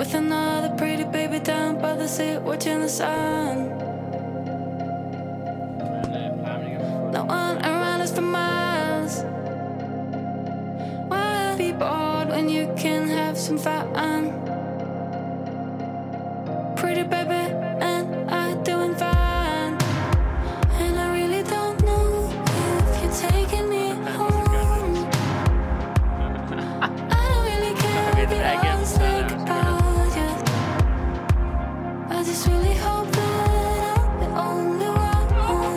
with another pretty baby down by the sea, watching the sun. No one around us for miles. Why be bored when you can have some fun? Pretty baby and I doing fine, and I really don't know if you're taking me home. I don't really care if we all think about you. I just really hope that I'm the only one.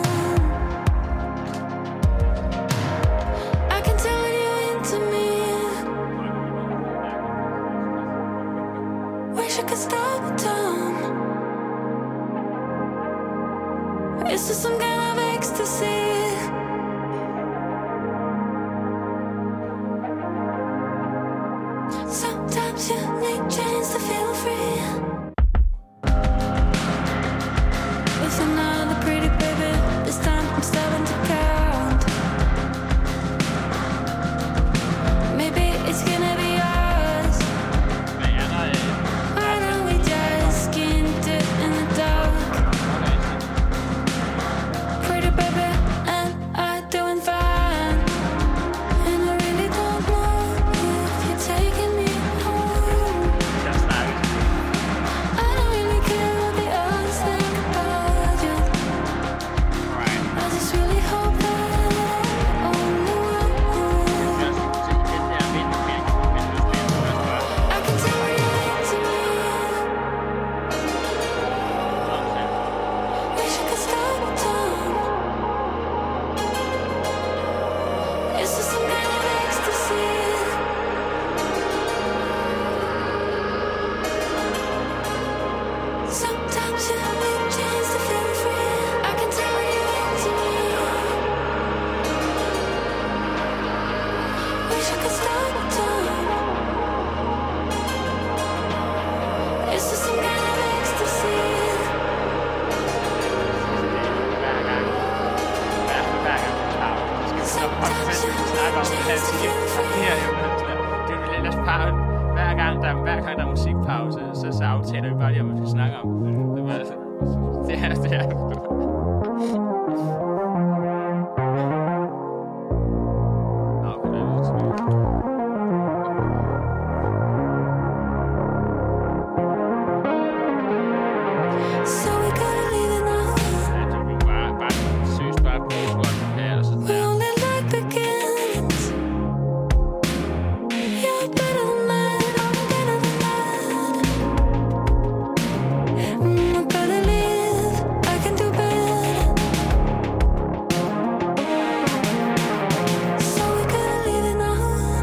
I can tell you're into me. Wish I could stop the time. Is this some kind of ecstasy? Sometimes you need chains to feel free. With another pretty baby, this time I'm starting to count. Maybe it's gonna be ours. Why don't we just skin it in the dark? Pretty baby and I doing fine, and I really don't know if you're taking me home. I don't really care what the others think about you. I just really hope that I'm only one. I can tell you're into me. Wish I could stop the time. Is this some kind of ecstasy? Sometimes you need chains to feel free. I can tell you're into me. Wish I could stop the time. Is this some kind of ecstasy? Sometimes you need chains to feel free. Det er vel ellers par. Hver gang der er musikpause, så aftaler vi bare lige, om vi skal snakke om. Det er. So we gotta leave it now. We only like beginnings. You're better than that, I'm better than that. I gotta live, I can do better. So we gotta leave it now.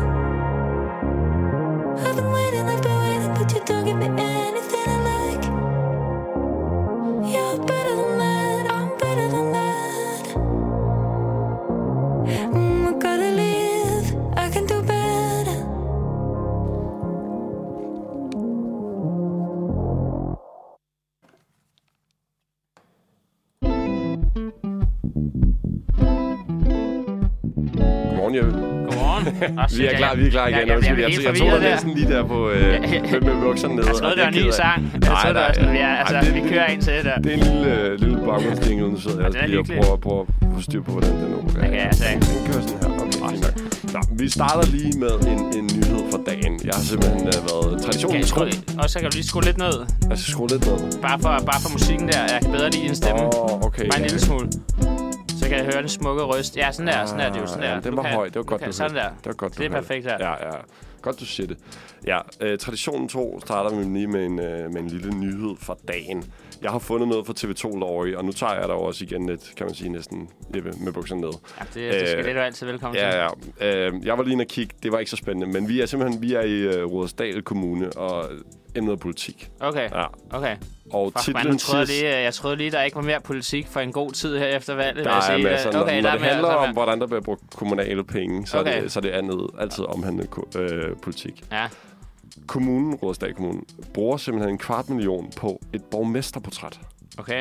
I've been waiting, but you don't give me anything I like. You're better than that, I'm better than that. I gotta live, I can do better. Godmorgen, Jeppe. Godmorgen. Vi er klar igen. Jeg bliver Jeg helt tog dig forvirret næsten lige der på med bukserne nede. Jeg troede, det var en ny sang. Vi kører ind til det der. Det er en lille baggrundsting, uden du sidder her. Den er Jeg hyggelig. prøver at få styr på, hvordan den nu er. Ja, altså. Den kører sådan her. Okay, fint nok. Nå, vi starter lige med en nyhed fra dagen. Jeg har simpelthen været traditionen tro. Og så kan du lige skrue lidt ned. Jeg skal skrue lidt ned. Bare for musikken der. Jeg kan bedre lide en stemme. Okay. Bare en lille smule. Så kan jeg høre den smukke røst. Ja, sådan der. Sådan der. Det er jo sådan der. Ja, den var høj. Det var godt, du sådan der. Det var godt, det er perfekt her. Ja. Godt, du siger det. Ja, traditionen 2 starter vi lige med en lille nyhed fra dagen. Jeg har fundet noget fra TV2 Lorry, og nu tager jeg dig også igen lidt, kan man sige, næsten med bukserne ned. Ja, det skal du altid velkommen til. Ja. Jeg var lige inde og kigge. Det var ikke så spændende, men vi er i Rudersdal Kommune, og emnet politik. Okay. Ja. Okay. Og titlen jeg troede lige, der ikke var mere politik for en god tid her efter valget. Der er masser. Når det handler om, altså, hvordan der bliver brugt kommunale penge, så er det andet altid omhandlet politik. Ja. Kommunen, Rudersdal Kommune, bruger simpelthen 250.000 på et borgmesterportræt. Okay.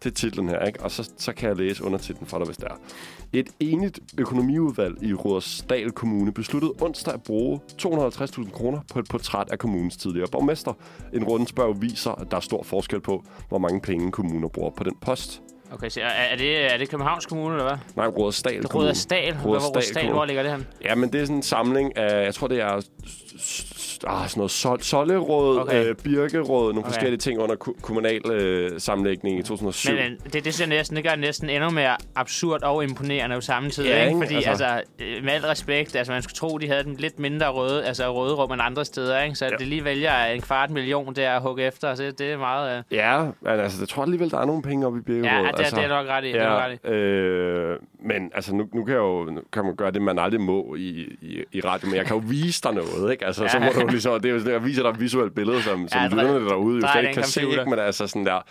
Det er titlen her, ikke? Og så kan jeg læse undertitlen for dig, hvis det er. Et enigt økonomiudvalg i Rudersdal Kommune besluttede onsdag at bruge 250.000 kroner på et portræt af kommunens tidligere borgmester. En rundspørg viser, at der er stor forskel på, hvor mange penge kommuner bruger på den post. Okay, så er det Københavns Kommune, eller hvad? Nej, Rudersdal Kommune. Rudersdal? Hvor ligger det her? Ja, men det er sådan en samling af, jeg tror, det er sådan noget Sollerød, Birkerød, nogle forskellige ting under kommunal sammenlægning i 2007. Men det gør næsten endnu mere absurd og imponerende på samme tid, ja, ikke? Fordi altså, med al respekt, altså man skulle tro, de havde den lidt mindre røde rum end andre steder, ikke? Så det lige vælger 250.000 der at hugge efter, så det er meget... Ja, men altså, jeg tror alligevel, der er nogle penge oppe i Birkerød. Ja, det er nok ret i. Ja, men altså, nu kan man gøre det, man aldrig må i radio, men jeg kan jo vise dig noget, ikke? Altså, så må du ligesom, det er jo, jeg viser dig et visuelt billede, som lytterne derude jo slet ikke kan se, ikke? Men altså sådan der...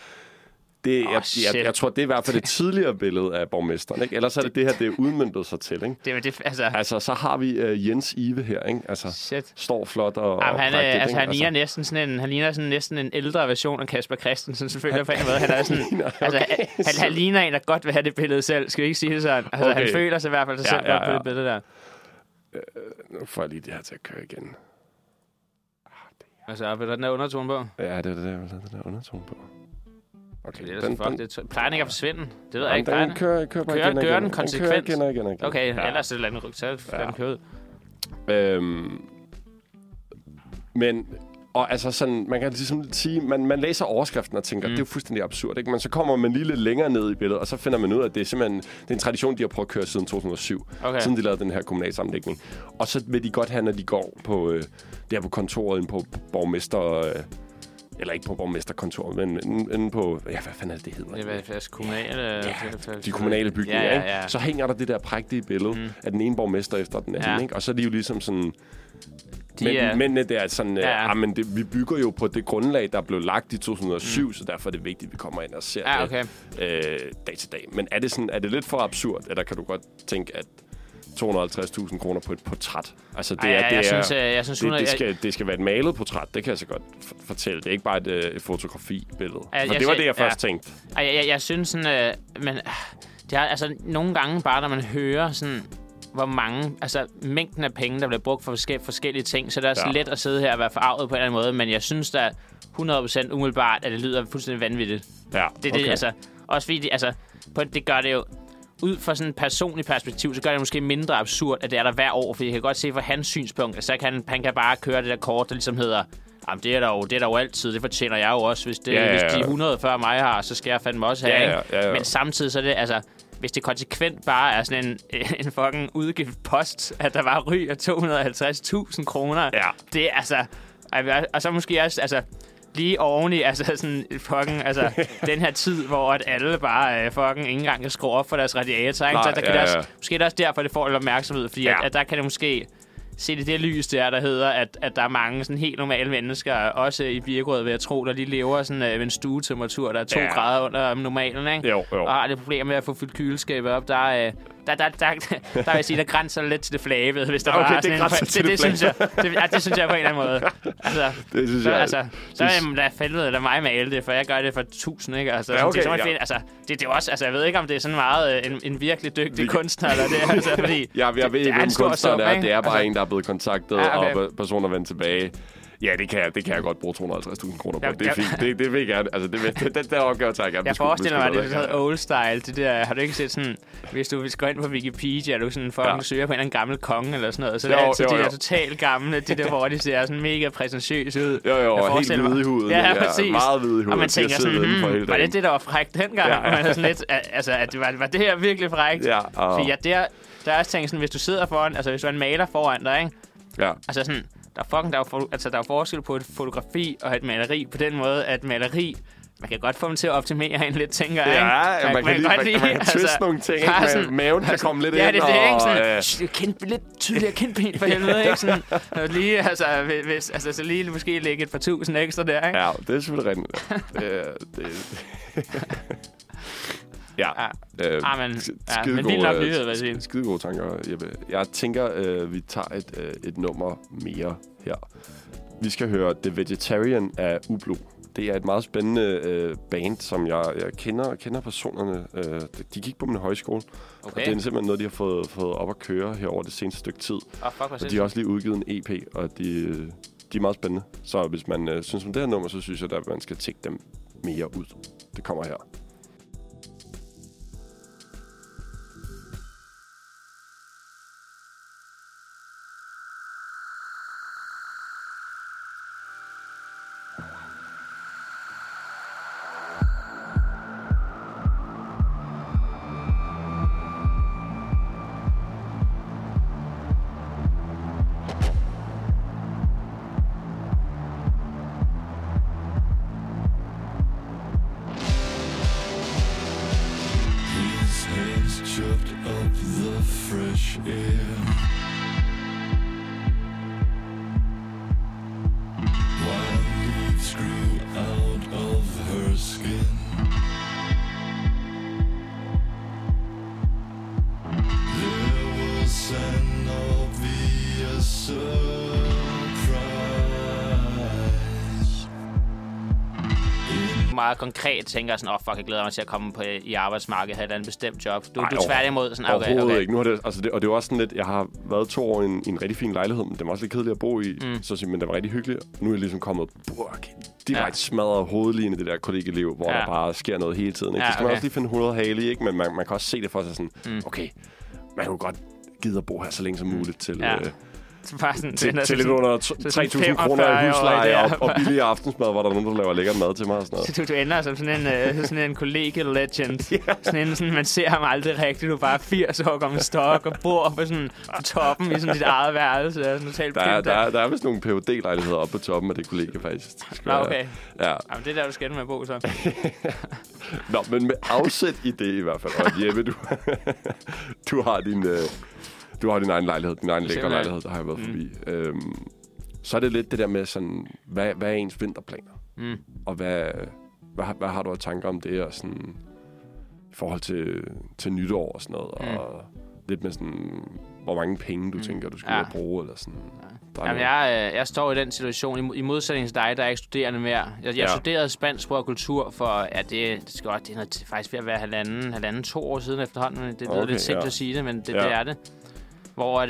Jeg tror, det er i hvert fald det tidligere billede af borgmesteren, ikke? Ellers er det her, det er udmøntet sig til, ikke? Altså, så har vi Jens Ive her, ikke? Altså, står flot og prægtigt, han ligner næsten sådan næsten en ældre version af Kasper Christensen, selvfølgelig på en måde. Han er sådan, han ligner en, der godt vil have det billede selv. Skal vi ikke sige det sådan? Altså, han føler sig i hvert fald sig selv godt på det billede der. Nu får jeg lige det her til at køre igen. Altså, vil der den der undertone på? Ja, det er den der undertone på. Okay, det plejer den ikke at forsvinde. Det ved jeg ikke. Den kører bare igen. Kører den konsekvent? Igen. Okay, ellers så lader den rykke, så lader den køre ud. Men... Og altså sådan, man kan ligesom sige, man læser overskriften og tænker, det er jo fuldstændig absurd, ikke? Men så kommer man lige lidt længere ned i billedet, og så finder man ud af, at det er simpelthen det er en tradition, de har prøvet at køre siden 2007. Okay. Siden de lavede den her kommunale sammenlægning. Og så vil de godt have, når de går på, der på kontoret inde på borgmester... eller ikke på borgmesterkontoret, men inde på... Ja, hvad fanden er det hedder? Det er kommunale... de kommunale bygninger, ikke? Så hænger der det der prægtige billede af den ene borgmester efter den anden, ikke? Og så er de jo ligesom sådan... Men det er sådan, men vi bygger jo på det grundlag, der blev lagt i 2007, så derfor er det vigtigt, at vi kommer ind og ser det dag til dag. Men er det lidt for absurd, eller kan du godt tænke, at 250.000 kroner på et portræt? Altså, det skal være et malet portræt, det kan jeg så godt fortælle. Det er ikke bare et fotografibillede. Det var det, jeg først tænkte. Jeg synes sådan, men det er altså nogle gange bare, når man hører sådan... hvor mange, altså mængden af penge, der bliver brugt for forskellige ting, så det er også let at sidde her og være forarvet på en eller anden måde, men jeg synes da 100% umiddelbart, at det lyder fuldstændig vanvittigt. Ja, det, altså, også fordi, det gør det jo, ud fra sådan et personligt perspektiv, så gør det måske mindre absurd, at det er der hver år, for jeg kan godt se fra hans synspunkt, at så kan han kan bare køre det der kort, der ligesom hedder, jamen det er der jo altid, det fortjener jeg jo også, hvis de 100 før mig har, så skal jeg fandme også have, ikke? Men samtidig så er det, altså, hvis det konsekvent bare er sådan en fucking udgiftpost, at der var ryg af 250.000 kroner, det er altså... Og så måske også lige oveni, sådan fucking, den her tid, hvor at alle bare fucking ikke engang kan skrue op for deres radiator, ikke? Så der kan det også, måske er det også derfor, det får lidt opmærksomhed, fordi at der kan det måske... Se det lys der hedder, at der er mange sådan helt normale mennesker, også i Birkerød, ved at tro, der de lever sådan ved en stuetemperatur, der er 2 grader under normalen, ikke? Jo. Og har det problem med at få fyldt køleskabet op. Der vil jeg sige, der grænser lidt til det flabede, hvis der var sådan det synes jeg. Det synes jeg på en eller anden måde. Det synes jeg. Så er der fældet eller mig male det, for jeg gør det for 1000, ikke? Det er jo også, jeg ved ikke, om det er sådan meget en virkelig dygtig kunstner, eller det, fordi... Jeg ved ikke, hvem kunstneren er. Det er bare en, der er blevet kontaktet, og personer vendt tilbage. Ja, det kan jeg godt bruge 250.000 kroner på. Det er fint. Det vil jeg gerne. Altså, det der opgave tager jeg gerne. Jeg forestiller mig, det er sådan old style. Det der, har du ikke set sådan, hvis du vil gå ind på Wikipedia, du sådan fucking søger på en eller anden gammel konge eller sådan noget, så det er altid de der totalt gamle, de der, hvor de ser sådan mega præsentøse ud. Jo, helt hvide i huden. Ja, præcis. Meget hvide i huden. Og man tænker sådan, var det der var frækt dengang? Og man er sådan lidt, at var det her virkelig frækt? Ja. Fordi der er også tænkt sådan, hvis du sidder foran, hvis du er en maler foran dig, ikke? Ja. Altså sådan, der er forskel på et fotografi og et maleri på den måde, at maleri, man kan godt få dem til at optimere en lidt, tænker jeg. Ja, man kan twiste nogle ting, ikke? Sådan, maven kan komme lidt ind. Ja, det er sådan, lidt tydeligere kindben for helvede, ikke? Sådan, lige, så lige måske lægge et par tusind ekstra der, ikke? Ja, det er selvfølgelig rigtigt. Men vildt nok nyhed, hvad jeg siger. Skide gode tanker, Jeppe. Jeg tænker, vi tager et nummer mere her. Vi skal høre The Vegetarian af Ublu. Det er et meget spændende band, som jeg kender personerne. De gik på min højskole. Okay. Og det er simpelthen noget, de har fået op at køre her over det seneste stykke tid. Og de har også lige udgivet en EP, og de er meget spændende. Så hvis man synes om det her nummer, så synes jeg, at man skal tjekke dem mere ud. Det kommer her. Meget konkret tænker sådan, fuck, jeg glæder mig til at komme i arbejdsmarkedet, have et andet bestemt job. Du er tværtimod sådan, overhovedet ikke. Nu har det, og det er jo også sådan lidt, jeg har været 2 år i en rigtig fin lejlighed, men det var også lidt kedeligt at bo i, men det var rigtig hyggeligt. Nu er jeg ligesom kommet direkte smadret hovedlinje det der kollegieliv, hvor der bare sker noget hele tiden. Ikke? Det skal man også lige finde hovedet og hale i, ikke? Men man kan også se det for sig sådan, okay, man kan jo godt gide at bo her så længe som muligt til... til lidt under 3.000 kroner i husleje og billig aftensmad, hvor der er nogen, der laver lækkert mad til mig og sådan noget. Du ender som sådan en kollegie-legend. Sådan, man ser ham aldrig rigtigt. Du er bare 80 år gammel stok og bor på toppen i sådan dit eget værelse. Der er vist nogle PhD-lejligheder oppe på toppen af det kollegie, faktisk. Okay. Ja. Jamen, det er der, du skal ende med at bo, så. Nå, men med afsæt i det i hvert fald. Og Jeppe, du har din... Du har din egen lejlighed, din egen lækker lejlighed, der har jeg været forbi. Så er det lidt det der med sådan, hvad er ens vinterplaner? Og hvad har du af tanker om det, og sådan, i forhold til nytår og sådan noget, og lidt med sådan, hvor mange penge du tænker, du skal bruge, eller sådan. Jamen, jeg står i den situation, i modsætning til dig, der er ikke studerende mere. Jeg studerede spansk sprog og kultur for, det er faktisk ved at være halvanden 2 år siden efterhånden. Det lyder lidt simpelt at sige det, men det er det. Hvor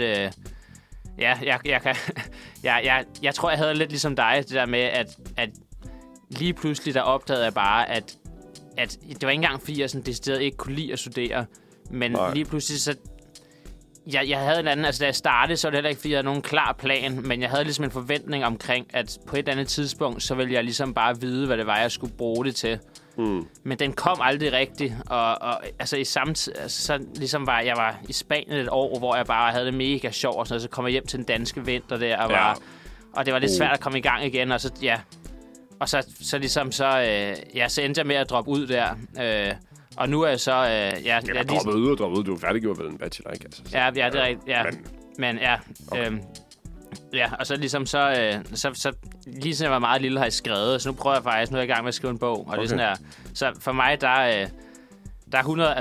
jeg tror, jeg havde lidt ligesom dig, det der med, at lige pludselig der opdagede jeg bare, at det var ikke engang, fordi jeg sådan decideret ikke kunne lide at studere, men lige pludselig så... Jeg havde en anden, altså da jeg startede, så var det heller ikke, fordi jeg havde nogen klar plan, men jeg havde ligesom en forventning omkring, at på et andet tidspunkt, så ville jeg ligesom bare vide, hvad det var, jeg skulle bruge det til. Men den kom aldrig rigtigt, og altså i samtidig, altså, så ligesom jeg var i Spanien et år, hvor jeg bare havde det mega sjovt og sådan noget, så kom jeg hjem til den danske vinter der, og det var lidt svært at komme i gang igen, og så så ligesom så endte jeg med at droppe ud der, og nu er jeg så... droppet ud. Du er færdiggjort ved en bachelor, ikke? Altså, ja, det er rigtigt. Ja. Men okay. Og så ligesom så lige sådan jeg var meget lille, har jeg skrevet, så nu prøver jeg faktisk, nu er jeg i gang med at skrive en bog, og det er sådan her. Så for mig, der er 100,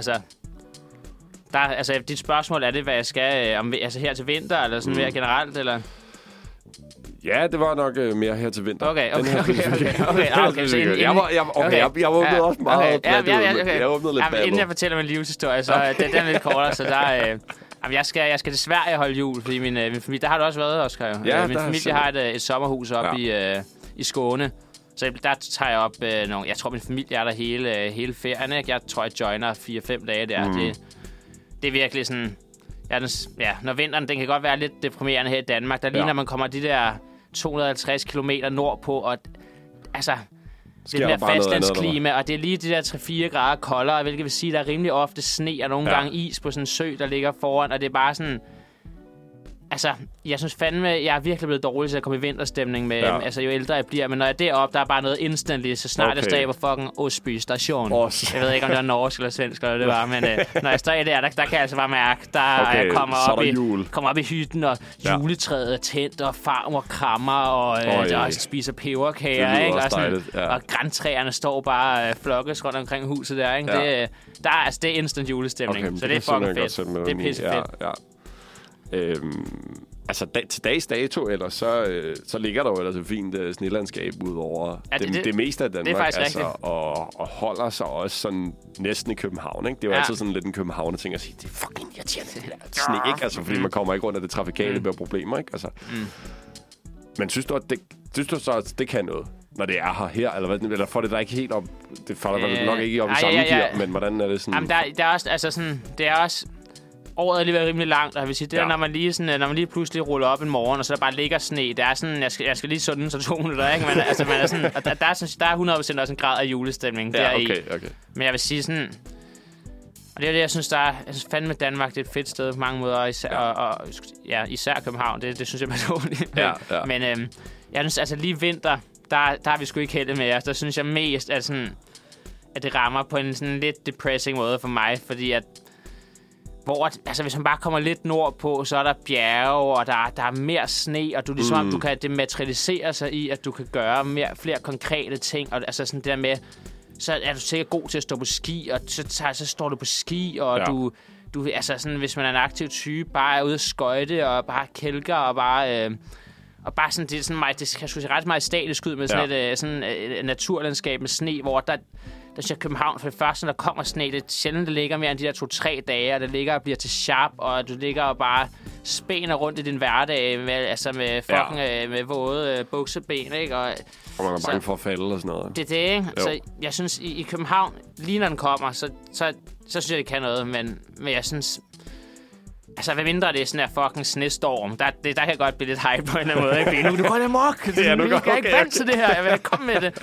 altså dit spørgsmål, er det, hvad jeg skal, altså her til vinter, eller sådan mere generelt, eller... Ja, det var nok mere her til vinter. Okay. Jeg åbnede også meget. Jeg åbnede lidt bagud. Inden jeg fortæller min livshistorie, så den er lidt kortere, så der... jeg skal til Sverige holde jul, fordi min familie... Der har du også været, Oscar. Ja, min familie har et sommerhus oppe i Skåne. Så der tager jeg op nogle... Jeg tror, min familie er der hele ferien, ikke? Jeg tror, jeg joiner 4-5 dage der. Det er virkelig sådan... når vinteren, den kan godt være lidt deprimerende her i Danmark. Der lige når man kommer de der 250 kilometer nordpå, og altså... Det er mere fastlandsklima, og det er lige de der 3-4 grader koldere, hvilket vil sige, der er rimelig ofte sne og nogle gange is på sådan en sø, der ligger foran, og det er bare sådan... Altså, jeg synes fandme, jeg er virkelig blevet dårlig til at komme i vinterstemning med, altså jo ældre jeg bliver, men når jeg er deroppe, der er bare noget instantly, så snart jeg står på fucking Osby station. Jeg ved ikke, om det var norsk eller svensk, eller det var, men når jeg står der kan jeg altså bare mærke, jeg kommer op i hytten, og juletræet er tændt, og farmor krammer, og spiser peberkager, ikke? Og grantræerne står bare flokkes rundt omkring huset der, ikke? Det er instant julestemning, så det er fucking fedt. Det er pissefedt. Altså, til dags dato, eller så ligger der jo ellers et fint snelandskab ud over det meste af Danmark. Det er faktisk altså, og holder sig også sådan næsten i København, ikke? Det er jo altid sådan lidt en københavner-ting at sige, det er fucking irriterende, det der sne, ikke? Altså, fordi man kommer ikke rundt af det trafikale med problemer, ikke? Altså. Men synes du så, at det kan noget, når det er her? Eller får det der ikke helt op? Det falder nok ikke op i samme gear, men hvordan er det sådan? Jamen, der er også, altså sådan, det er også... Året er lige været rimelig langt, og jeg vil sige, det er, når man lige pludselig ruller op en morgen, og så der bare ligger sne. Det er sådan, jeg skal lige sunde så 2 minutter, ikke? Men altså, man er sådan, og der er 100% også en grad af julestemning deri. Okay. Men jeg vil sige sådan, og det er det, jeg synes, jeg synes fandme Danmark, det er et fedt sted på mange måder, især København, det synes jeg personligt. Ja. Men jeg synes, altså lige vinter, der har vi sgu ikke heldet med jer. Der synes jeg mest, at det rammer på en sådan lidt depressing måde for mig, fordi at altså hvis man bare kommer lidt nordpå, så er der bjerge, og der er mere sne, og du kan det materialisere sig i, at du kan gøre flere konkrete ting, og altså sådan det der med, så er du sikkert god til at stå på ski, og så står du på ski, og du altså sådan, hvis man er en aktiv type, bare er ude at skøjte, og bare kælker, og bare sådan, det er sådan meget, det kan sgu se ret meget statisk ud med sådan et naturlandskab med sne, hvor der siger København for det første, når der kommer sne, det er sjældent, det ligger mere end de der 2-3 dage, og det ligger og bliver til sharp, og du ligger og bare spæner rundt i din hverdag med fucking med våde bukseben, ikke? Og man er bange for at falde og sådan noget. Det er det, ikke? Jo. Så jeg synes, i København, lige når den kommer, så synes jeg, det kan noget, men jeg synes... Altså, hvad mindre det er sådan her fucking snestorm, der kan godt blive lidt hype på en eller anden måde, ikke? Nu går det amok! Jeg er ikke vant til det her, jeg vil komme med det.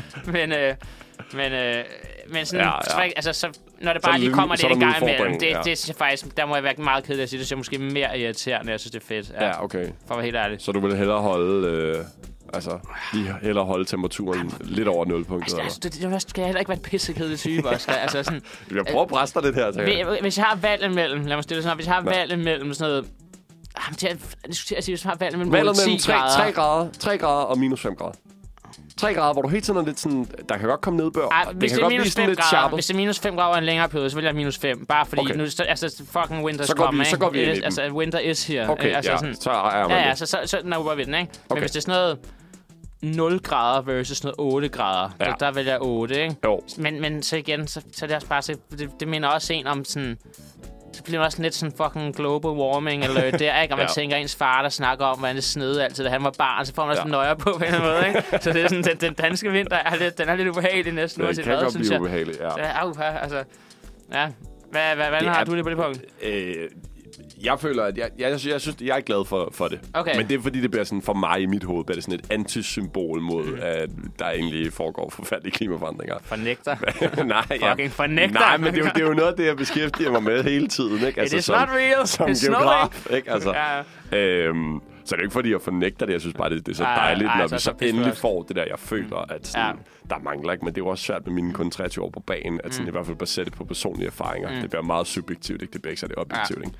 Men sådan, altså, så, når det bare lige kommer det en gang imellem, det synes jeg faktisk, der må jeg være meget kedelig at sige, det synes jeg måske mere irriterende, jeg synes, det er fedt. Ja, okay. For at være helt ærlig. Så du vil hellere holde... hellere holde temperaturen lidt over 0-punktet. Altså, det skal jeg heller ikke være en pissekedelig type, Oscar. Altså, sådan, jeg prøver at presse dig lidt her. Hvis jeg har valg imellem, lad mig stille sådan, hvis jeg har valg imellem sådan noget... hvis jeg har valg imellem 10 grader. 3 grader og minus 5 grader. 3 grader, hvor du hele tiden er lidt sådan... Der kan godt komme nedbør. Hvis det er minus 5 grader, hvis det er minus 5 grader og en længere periode, så vil jeg minus 5. Bare fordi nu... Altså, fucking winter's coming, ikke? Så går vi ind i den. Altså, winter is here. Okay, altså, sådan, så er man det. Så napper vi den, ikke? Men hvis det er sådan noget... 0 grader versus noget 8 grader. Ja. Der vælger jeg 8, ikke? Jo. Men så igen, så er det også bare... Det minder også en om sådan... Så bliver man også lidt sådan fucking global warming alert der, ikke? Og man tænker, ens far, der snakker om, hvordan det snede altid, da han var barn, så får man også nøjer på en eller anden måde, ikke? Så det er sådan, den danske vinter den er lidt ubehagelig næsten. Det kan godt blive ubehagelig, altså... Ja. Hvad har du det på det punkt? Jeg føler, at jeg synes, jeg er glad for det. Okay. Men det er, fordi det bliver sådan, for mig i mit hoved, bliver det sådan et antisymbol mod, at der egentlig foregår forfærdelige klimaforandringer. Fornægter? Nej, fornægter? Nej, men det er jo noget af det, jeg beskæftiger mig med hele tiden. Ikke? Altså, it is not real. Som geograf, ikke? Altså, så det er jo ikke, fordi jeg fornægter det. Jeg synes bare, det er så dejligt, når vi så endelig får det der, jeg føler, at sådan, der mangler ikke. Men det er jo også svært med mine kun 23 år på banen, at sådan, i hvert fald basere det på personlige erfaringer. Det bliver meget subjektivt, ikke? Det bliver ikke så det objektivt, ikke?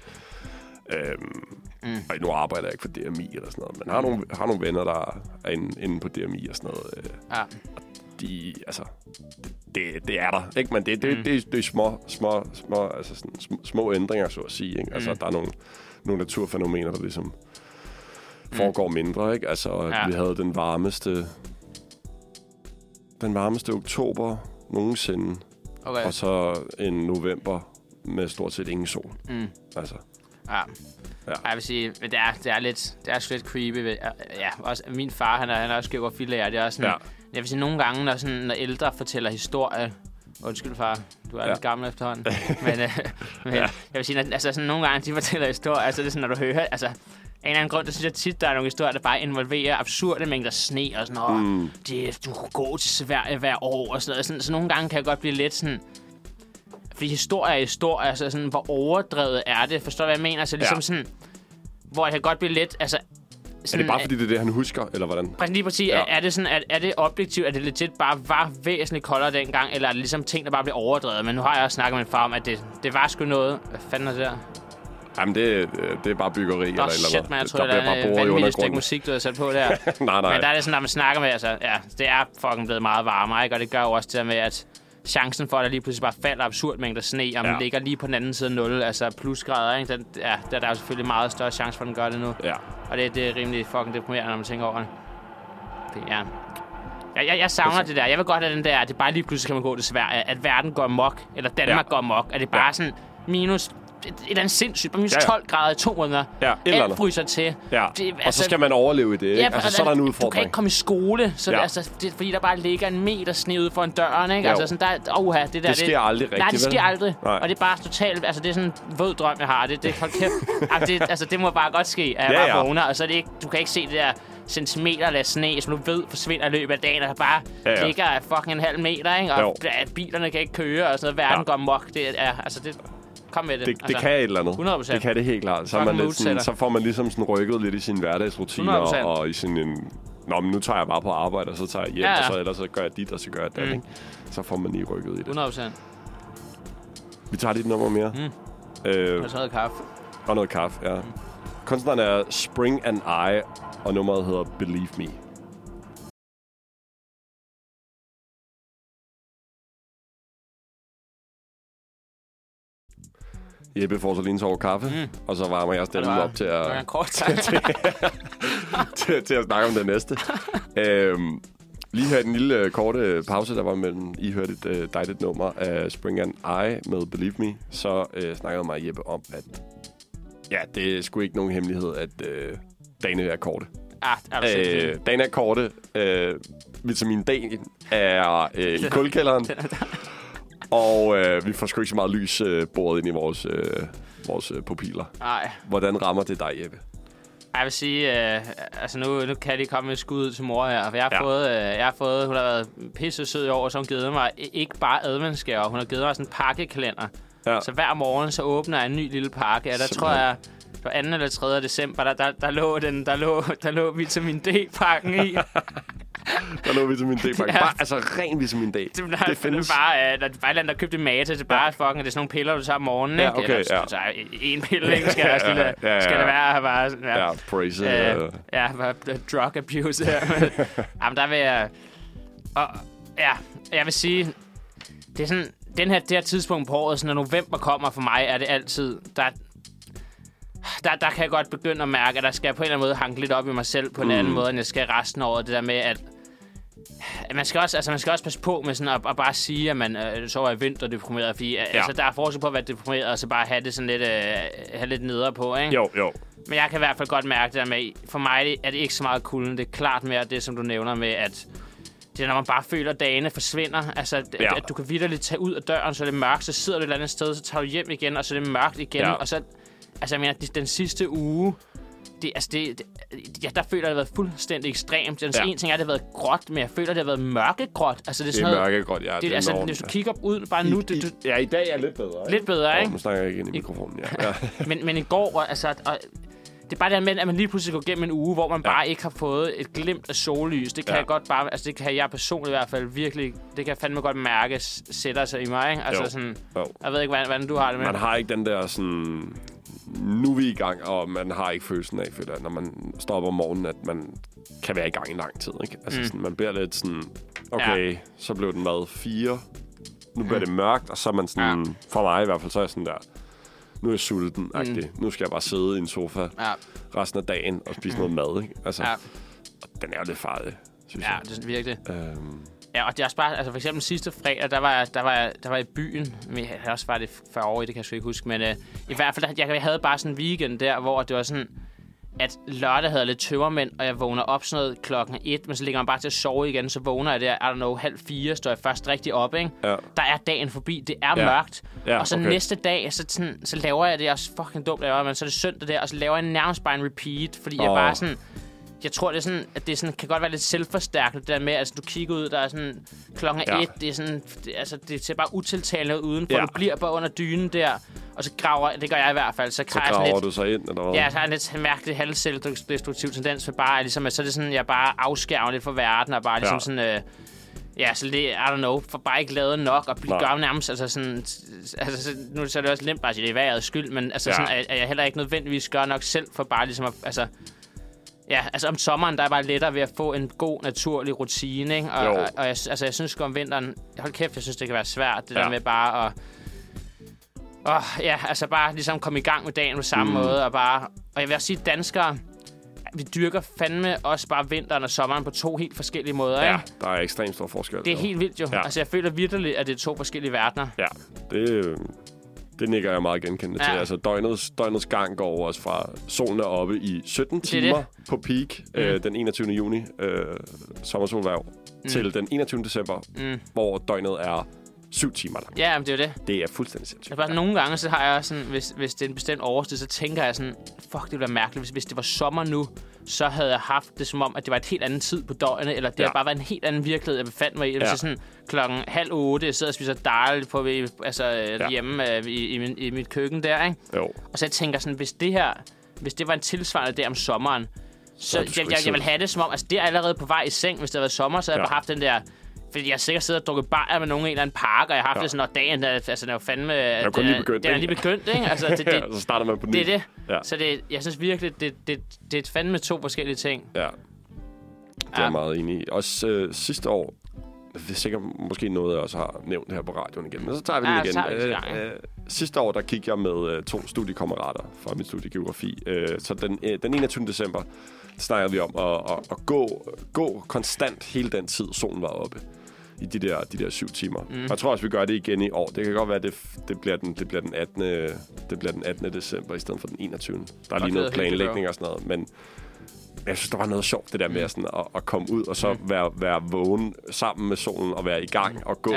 Og nu arbejder jeg ikke for DMI eller sådan noget, men har nogle venner, der er inde på DMI og sådan noget. De, altså, det er der, ikke? Men det er små ændringer, så at sige, ikke? Altså, der er nogle naturfænomener, der ligesom foregår mindre, ikke? Altså, vi havde den varmeste oktober nogensinde, og så en november med stort set ingen sol. Altså. Ja. Jeg vil sige, det er lidt creepy. Også min far, han er også geografilærer. Det er også sådan, jeg vil sige, nogle gange, når ældre fortæller historie. Undskyld, far. Du er lidt gammel efterhånden. men jeg vil sige, altså sådan nogle gange, de fortæller historie. Altså det er sådan, når du hører, altså en eller anden grund, der synes jeg tit, der er nogle historier, der bare involverer absurde mængder sne og sådan noget. Du kunne gå til Sverige hver år og sådan noget. Så nogle gange kan jeg godt blive lidt sådan... Fordi historie er historie, altså sådan, hvor overdrevet er det? Forstår du, hvad jeg mener? Altså ligesom sådan, hvor jeg kan godt blive lidt, altså... Sådan, er det bare fordi, det er det, han husker, eller hvordan? Lige præcis. Er det sådan, er det objektivt, at det legit bare var væsentligt koldere dengang, eller er det ligesom ting, der bare bliver overdrevet? Men nu har jeg også snakket med min far om, at det var sgu noget. Hvad fanden er det der? Jamen, det er bare byggeri eller shit, man. Jeg tror, det er en vanvittig stykke musik, du har sat på der. nej. Men der er det sådan, når man snakker med, altså, det er fucking blevet meget varmere, ikke? Og det gør jo også det med, at chancen for, at der lige pludselig bare falder absurd mængder sne, og man ligger lige på den anden side af 0, altså plusgrader, ikke? Der er jo selvfølgelig meget større chance for, at den gør det nu. Ja. Og det er rimelig fucking deprimerende, når man tænker over det. Jeg savner det der. Jeg vil godt have den der, at det bare lige pludselig kan man gå til Sverige, at verden går amok, eller Danmark går amok, at det bare sådan minus... Et eller andet sindssygt. På minus 12 grader i 2 måneder. Ja, alt fryser til. Ja. Det, altså, og så skal man overleve i det, ikke? Ja, altså, så er der en udfordring. Du kan ikke komme i skole, så det er fordi, der bare ligger en meter sne ude foran døren, ikke? Altså, sådan, det sker aldrig rigtigt. Nej, det sker aldrig. Nej. Og det er bare totalt... Altså, det er sådan en våd drøm, jeg har. Hold kæft. Det må bare godt ske, at jeg bare vågner. Og så er det ikke... Du kan ikke se det der centimeter af sne, som du ved forsvinder i løbet af dagen, og der bare ligger fucking en halv meter, ikke? Og bilerne kan ikke køre, og sådan noget. Verden går amok. Det er... Altså, det... Kom med det. Det kan et eller andet. 100%. Det kan det helt klart. Så får man ligesom sådan rykket lidt i sine hverdagsrutiner, og i sådan en... Nå, men nu tager jeg bare på arbejde, og så tager jeg hjem, og så ellers så gør jeg dit, og så gør jeg det, ikke? Så får man lige rykket i det. 100%. Vi tager lige et nummer mere. Og så noget kaffe. Og noget kaffe, ja. Kunstneren er Spring and I, og nummeret hedder Believe Me. Jeppe får så lige en tår kaffe, og så varmer jeg stemmen op til at... til at snakke om det næste. Lige her den lille korte pause, der var mellem... I hørte et dejligt nummer af Spring and I med Believe Me. Så snakkede mig Jeppe om, at... Ja, det er sgu ikke nogen hemmelighed, at dagene er korte. Dagene er korte. Vitamin D er i kulkælderen. Og vi får sgu ikke så meget lys boret ind i vores pupiller. Nej. Hvordan rammer det dig, Jeppe? Jeg vil sige, altså nu kan de komme med skud til mor her. For jeg har fået, hun har været pisse sød i år, og så hun givet mig ikke bare adventsgaver, hun har givet mig sådan en pakkekalender. Ja. Så hver morgen så åbner jeg en ny lille pakke, og der tror jeg, på 2. eller 3. december, der lå vitamin D-pakken i. Der lå vitamin D-pakken. Bare, altså ren vitamin D. Det findes bare, der er der købte Mata, det er bare fucking, det er sådan nogle piller, du tager om morgenen, ikke? Okay, så en pille, ikke? Skal det være bare... Ja, praise. Bare drug abuse her. Jamen, der vil jeg... Og, jeg vil sige, det er sådan... Det her tidspunkt på året, sådan når november kommer for mig, er det altid... Der kan jeg godt begynde at mærke, at der skal på en eller anden måde hanke lidt op i mig selv på en anden måde, end jeg skal resten af året. Det der med, at man skal også passe på med sådan at bare sige, at man så er vinterdeprimeret. Fordi altså, der er forskel på at være deprimeret, og så bare have det sådan lidt, have lidt nedre på, ikke? Jo. Men jeg kan i hvert fald godt mærke det der med, for mig er det ikke så meget kulden. Det er klart mere det, som du nævner med, at det er, når man bare føler, at dagene forsvinder. Altså, at du kan vitterligt tage ud af døren, så er det mørkt, så sidder du et eller andet sted, så tager du hjem igen, og så er det mørkt igen, og så... Altså, jeg mener, den sidste uge, der føler jeg, det har været fuldstændig ekstremt. En ting er, at det har været gråt, men jeg føler, at det har været mørkegråt. Altså, det er mørkegråt, ja. Det, altså, hvis du kigger ud bare nu... I dag er lidt bedre. Lidt bedre, ikke? Nu snakker jeg ikke ind i mikrofonen, ja. men i går, altså... Det er bare det med, at man lige pludselig går gennem en uge, hvor man bare ikke har fået et glimt af sollys. Det kan jeg godt bare... Altså, det kan jeg personligt i hvert fald virkelig... Det kan jeg fandme godt mærke, sætter sig i mig, ikke? Altså, sådan... Jeg ved ikke, hvordan du har det med. Man har ikke den der sådan... Nu er vi i gang, og man har ikke følelsen af, når man står op om morgenen, at man kan være i gang i lang tid, ikke? Altså, sådan, man bliver lidt sådan... Okay, så blev den mad 4. Nu bliver det mørkt, og så er man sådan... For mig i hvert fald, så er jeg sådan der... Nu er jeg sulten-agtig. Nu skal jeg bare sidde i en sofa resten af dagen og spise noget mad, ikke? Altså, den er jo lidt farlig, synes jeg. Ja, det er virkelig. Ja, og det er også bare, altså for eksempel sidste fredag, der var jeg i byen. Jeg havde også været det 40 år i, det kan jeg sgu ikke huske. Men i hvert fald, jeg havde bare sådan en weekend der, hvor det var sådan, at lørdag havde lidt tømmermænd, og jeg vågner op sådan noget klokken 1, men så ligger man bare til at sove igen, så vågner jeg der, I don't know, 3:30, står jeg først rigtig op, ikke? Ja. Der er dagen forbi, det er mørkt. Ja, og så næste dag, så laver jeg det, også fucking dumt, men så er det søndag der, og så laver jeg nærmest bare en repeat, fordi jeg bare sådan... Jeg tror, det er sådan, at det sådan, kan godt være lidt selvforstærkende, det der med, altså du kigger ud, der er sådan klokken 1, det er sådan, det ser bare utiltalende ud udenfor, du bliver bare under dynen der, og så graver, det gør jeg i hvert fald, så graver du så ind, eller hvad? Ja, så har jeg en lidt mærkelig halvselvdestruktiv tendens, for bare ligesom, så er det sådan, jeg bare afskærmer lidt fra verden, og bare ligesom sådan, så det, I don't know, for bare ikke lavet nok, og gør nærmest, altså sådan, altså nu så er det også nemt bare at sige, det er vejrets skyld, men altså sådan, at jeg heller ikke nødvendigvis gør nok selv, for bare ligesom at, altså, Ja, altså om sommeren, der er bare lettere ved at få en god, naturlig rutine, ikke? Og jeg synes sgu om vinteren... Hold kæft, jeg synes, det kan være svært, det der med bare at... bare ligesom komme i gang med dagen på samme måde, og jeg vil også sige, danskere... Vi dyrker fandme også bare vinteren og sommeren på 2 helt forskellige måder, ikke? Ja, der er ekstremt stor forskel. Det er helt vildt jo. Ja. Altså, jeg føler virkelig, at det er 2 forskellige verdener. Ja, det nikker jeg meget genkendende til. Altså, døgnets gang går også fra solen er oppe i 17 timer på peak den 21. juni, sommersolværv, til den 21. december, hvor døgnet er 7 timer lang. Ja, men det er jo det. Det er fuldstændig sindssygt. Bare nogle gange, så har jeg sådan, hvis det er en bestemt årstid, så tænker jeg sådan, fuck, det ville være mærkeligt. Hvis det var sommer nu, så havde jeg haft det som om, at det var et helt andet tid på døgnet, eller det havde bare været en helt anden virkelighed, jeg befandt mig i. Hvis jeg sådan 7:30, jeg sidder og spiser dejligt på hjemme i mit køkken der, ikke? Jo. Og så jeg tænker sådan, hvis det var en tilsvarende der om sommeren, så jeg vil have det som om, altså det er allerede på vej i seng, hvis det havde været sommer, så havde jeg bare haft den der... Fordi jeg har sikkert siddet og drukket bajer med nogen i en eller anden park, og jeg har haft det sådan, at dagen, altså den er jo fandme... Det er kun lige begyndt, den er lige begyndt, ikke? Altså, så starter man på ny. Det er det. Ja. Så jeg synes virkelig, det er fandme 2 forskellige ting. Ja, det er jeg meget enig i. Også sidste år, det er sikkert måske noget, jeg også har nævnt her på radioen igen, men så tager vi det igen. Sidste år, der kiggede jeg med 2 studiekammerater fra mit studie geografi. Så den 21. december snakkede vi om at gå konstant hele den tid, solen var oppe. I de der 7 timer. Og jeg tror også, vi gør det igen i år. Det kan godt være, at det bliver den 18. december i stedet for den 21. Der er lige noget planlægning og sådan noget, men jeg synes, der var noget sjovt, det der med sådan at komme ud og så være vågen sammen med solen og være i gang og gå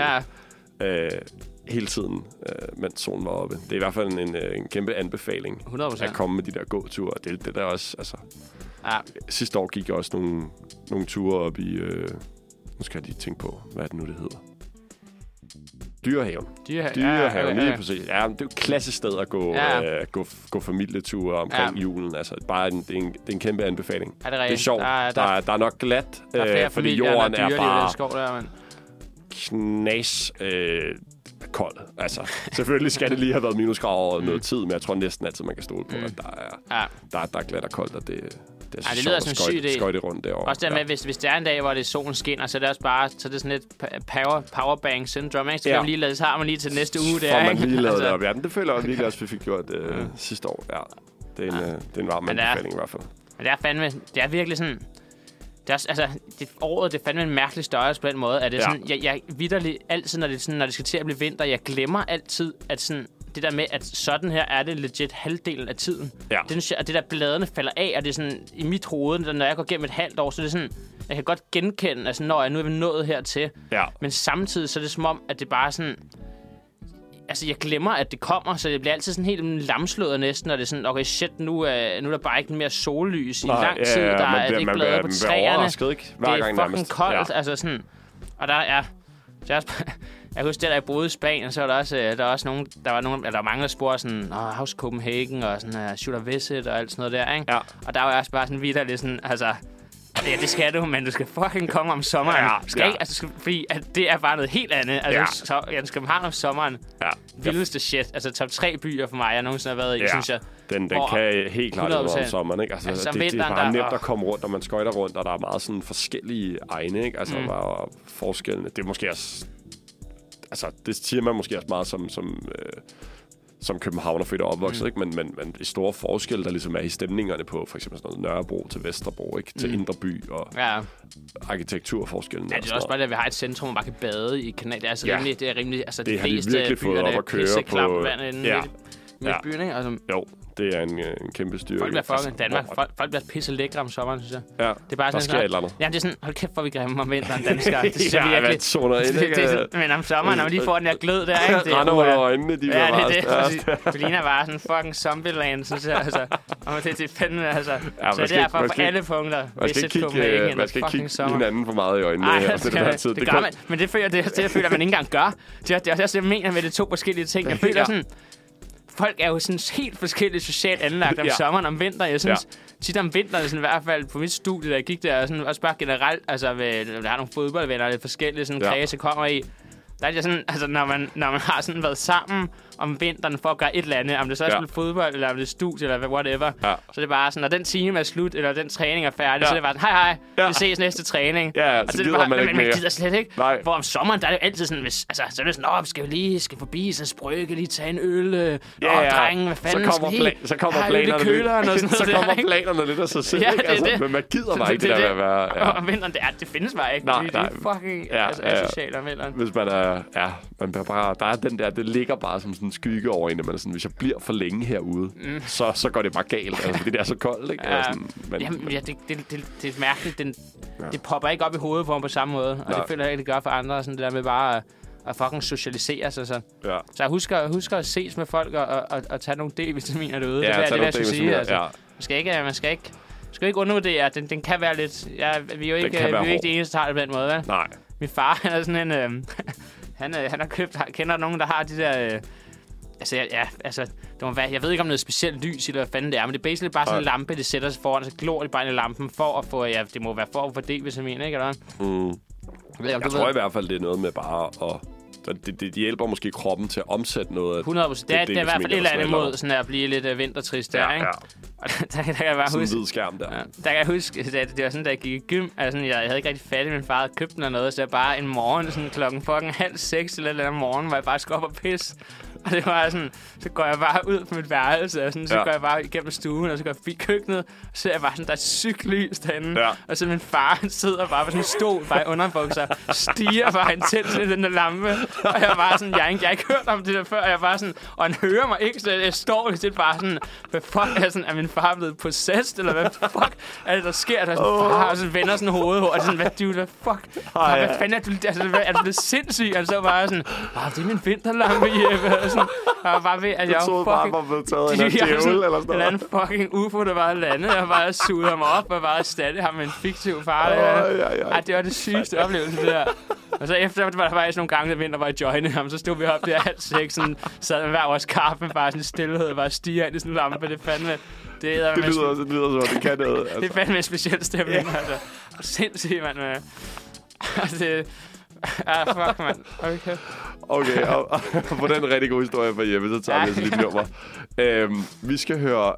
hele tiden, mens solen var oppe. Det er i hvert fald en kæmpe anbefaling 100%. at komme med de der gåture. Det der også, altså... Sidste år gik jeg også nogle ture op i... Nu skal jeg lige tænke på, hvad er det nu, det hedder? Dyrehaven. Dyrehaven, lige præcis. Ja, det er jo et klassisk sted at gå familieture omkring julen. Altså, det er en kæmpe anbefaling. Er det, det er sjovt. Der er nok glat, fordi jorden er bare knas kold. Altså, selvfølgelig skal det lige have været minusgrader over noget tid, men jeg tror næsten altid, man kan stole på, at der er glat og koldt, og det er det lyder som en syg idé. Skøjte rundt derovre. Også der med, hvis det er en dag, hvor det solen skinner, så er det også bare så det er sådan lidt powerbank syndrome, ikke? Så kan man lige lade det, har man lige til næste uge der, man lige lavet det op. Ja, det føler jeg virkelig også, vi fik gjort sidste år. Ja, det er en varm anbefaling i hvert fald. Men det er virkelig sådan... Det er, altså, året det er fandme en mærkelig størrelse på den måde. At det sådan, jeg vitterligt altid, når det skal til at blive vinter, jeg glemmer altid, at sådan... Det der med, at sådan her er det legit halvdelen af tiden. Ja. Det der bladene falder af, og det er sådan i mit hoved, når jeg går gennem et halvt år, så det er sådan, jeg kan godt genkende, altså når nu er vi nået hertil. Ja. Men samtidig så er det som om, at det bare sådan, altså jeg glemmer, at det kommer, så det bliver altid sådan helt lamslået næsten, og det er sådan, okay shit, nu er der bare ikke mere sollys i lang tid, der er det ikke blade på træerne. Ikke hver gang det er fucking koldt, altså sådan, og der er... Jeg husker, da jeg boede i Spanien, så var der også nogen, der var mange, der spurgte sådan, House Copenhagen og sådan, Should I Visit og alt sådan noget der, ikke? Ja. Og der var jeg også bare sådan vitterligt sådan, altså, ja, det skal du, men du skal fucking komme om sommeren. Fordi at det er bare noget helt andet. Altså, så jeg skal have om sommeren. Ja. Vildeste shit. Altså top 3 byer for mig, jeg nogensinde har været i, synes jeg. Den kan helt klart være om sommeren, ikke? Altså det er bare nemt at komme rundt, og man skøjter rundt, og der er meget sådan forskellige egne, ikke? Altså, bare forskellene. Det er måske også... Altså, det siger man måske også meget som københavner født og opvokset, ikke? Men de store forskelle, der ligesom er i stemningerne på for eksempel sådan noget Nørrebro til Vesterbro, ikke? Til Indre By og arkitekturforskellen. Ja, det er også bare det, at vi har et centrum, hvor man bare kan bade i kanal. Det er altså rimelig, altså det har de virkelig fået op at køre på. Vand inde midt i byen, ikke? Altså, jo, det er en kæmpe styrke. Folk bliver fucking Danmark. Folk bliver pisse lækre om sommeren, synes jeg. Ja, det er bare der sker et eller andet. Ja, det er sådan, hold kæft, hvor vi grimme om vinteren, danskere. Det synes jeg virkelig. Men om sommeren, når man lige får den der glød der, ikke? Det render over øjnene, de bliver meget. Ja, det ligner bare sådan fucking zombieland, synes jeg. Altså, og det er fandme, altså. Så det er derfor på alle punkter. Man skal ikke kigge hinanden for meget i øjnene. Det gør man. Men det føler jeg, man ikke engang gør. Det er også det, jeg mener med de 2 forskellige ting. Jeg føler sådan... Folk er jo sådan helt forskelligt socialt anlagt om sommeren og om vinteren. Jeg synes tit om vinteren, sådan, i hvert fald på mit studie, der jeg gik der, sådan, også bare generelt, altså jeg har nogle fodboldvenner, lidt forskellige sådan kredse kommer i. Der er det sådan, altså når man har sådan været sammen om vinteren for at gøre et eller andet. Om det så er spille fodbold, eller om det er studie, eller whatever. Ja. Så det er bare sådan, når den time er slut, eller den træning er færdig, så er det bare sådan, hej, vi ses næste træning. Ja, og så gider man ikke mere. Man gider slet ikke. Nej. For om sommeren, der er det jo altid sådan, så er det sådan, vi skal forbi, så sprøkke, lige tage en øl. Drenge, hvad fanden så kommer planerne lidt af sig selv, ikke? Men man gider bare ikke det der med at være... Og vinteren, det findes bare ikke. Nej. Det er fucking asocialt om vinteren. Hvis man er... Ja, man bare... Der er den der... Det ligger bare som sådan en skygge over en, at man er sådan, hvis jeg bliver for længe herude, så går det bare galt. Altså, fordi det er så koldt, ikke? Ja, sådan, men, det er mærkeligt. Det popper ikke op i hovedet på ham på samme måde. Og det føler jeg ikke, det gør for andre. Sådan det der med bare at fucking socialisere sig. Så jeg husker at ses med folk og tage nogle D-vitaminer derude. Ja, det er det, jeg skulle sige. Altså. Ja. Man skal ikke undervurdere. Den kan være lidt... Vi er jo ikke de eneste, der har det på den måde, vel? Nej. Min far, han er sådan en... han har købt... Kender nogen, der har de der... jeg ved ikke om noget specielt lys, eller hvad fanden det er, men det er basically bare sådan en lampe, det sætter sig foran, så glor det bare ind i lampen for at få... Ja, det må være for at få D-vitamin, ikke? Eller? Jeg tror i hvert fald, det er noget med bare at... Det hjælper måske kroppen til at omsætte noget af 100%. Det er i hvert fald et eller andet mod sådan at blive lidt vintertrist der, ikke? Og der kan jeg bare huske... Sådan en hvid skærm der. Ja, der kan jeg huske, det var sådan, da jeg gik i gym, altså jeg havde ikke rigtig fat i min far, havde købt den eller noget, så jeg bare en morgen, sådan klokken fucking 5:30 eller om morgenen, hvor jeg bare skulle op og pisse. Og det var sådan, så går jeg bare ud på mit værelse, og sådan, så går jeg bare igennem stuen, og så går jeg forbi køkkenet, og så er jeg bare sådan, der er sygt lys derinde. Ja. Og så min far, han sidder bare på sådan en stol, bare i underbukser, stiger bare intens i den der lampe. Og jeg var sådan, jeg har ikke hørt om det der før, og jeg var sådan, og han hører mig ikke, så jeg står lidt bare sådan, hvad fuck er sådan, er min far blevet possessed, eller hvad fuck er det, der sker? Der er sådan, far, og så vender sådan hovedet, og sådan, hvad fuck? Hvad fanden er du, altså, er du blevet sindssyg? Og så bare sådan, det er min vinterlampe, Jeppe. Sådan, jeg var bare ved, at jeg troede fucking... bare, var blevet taget en djævel, eller sådan noget. En anden fucking UFO, der bare landede. Jeg bare sugede ham op, og bare erstattede ham med en fiktiv far. Det var det sygeste oplevelse, det der. Og så efter, var der faktisk nogle gange, der vinter, hvor jeg joinede ham, så stod vi op der 5:30, sådan, sad med hver vores kaffe, med bare sådan stillhed, bare stiger ind i sådan en lampe. Det fandme... Det lyder så, det kan noget. Altså. Det er fandme en speciel stemning, altså. Sindssygt, mand. Altså, fuck, mand. Okay, og på den rigtig gode historie fra Jeppe, så tager vi altså lige nummer. Vi skal høre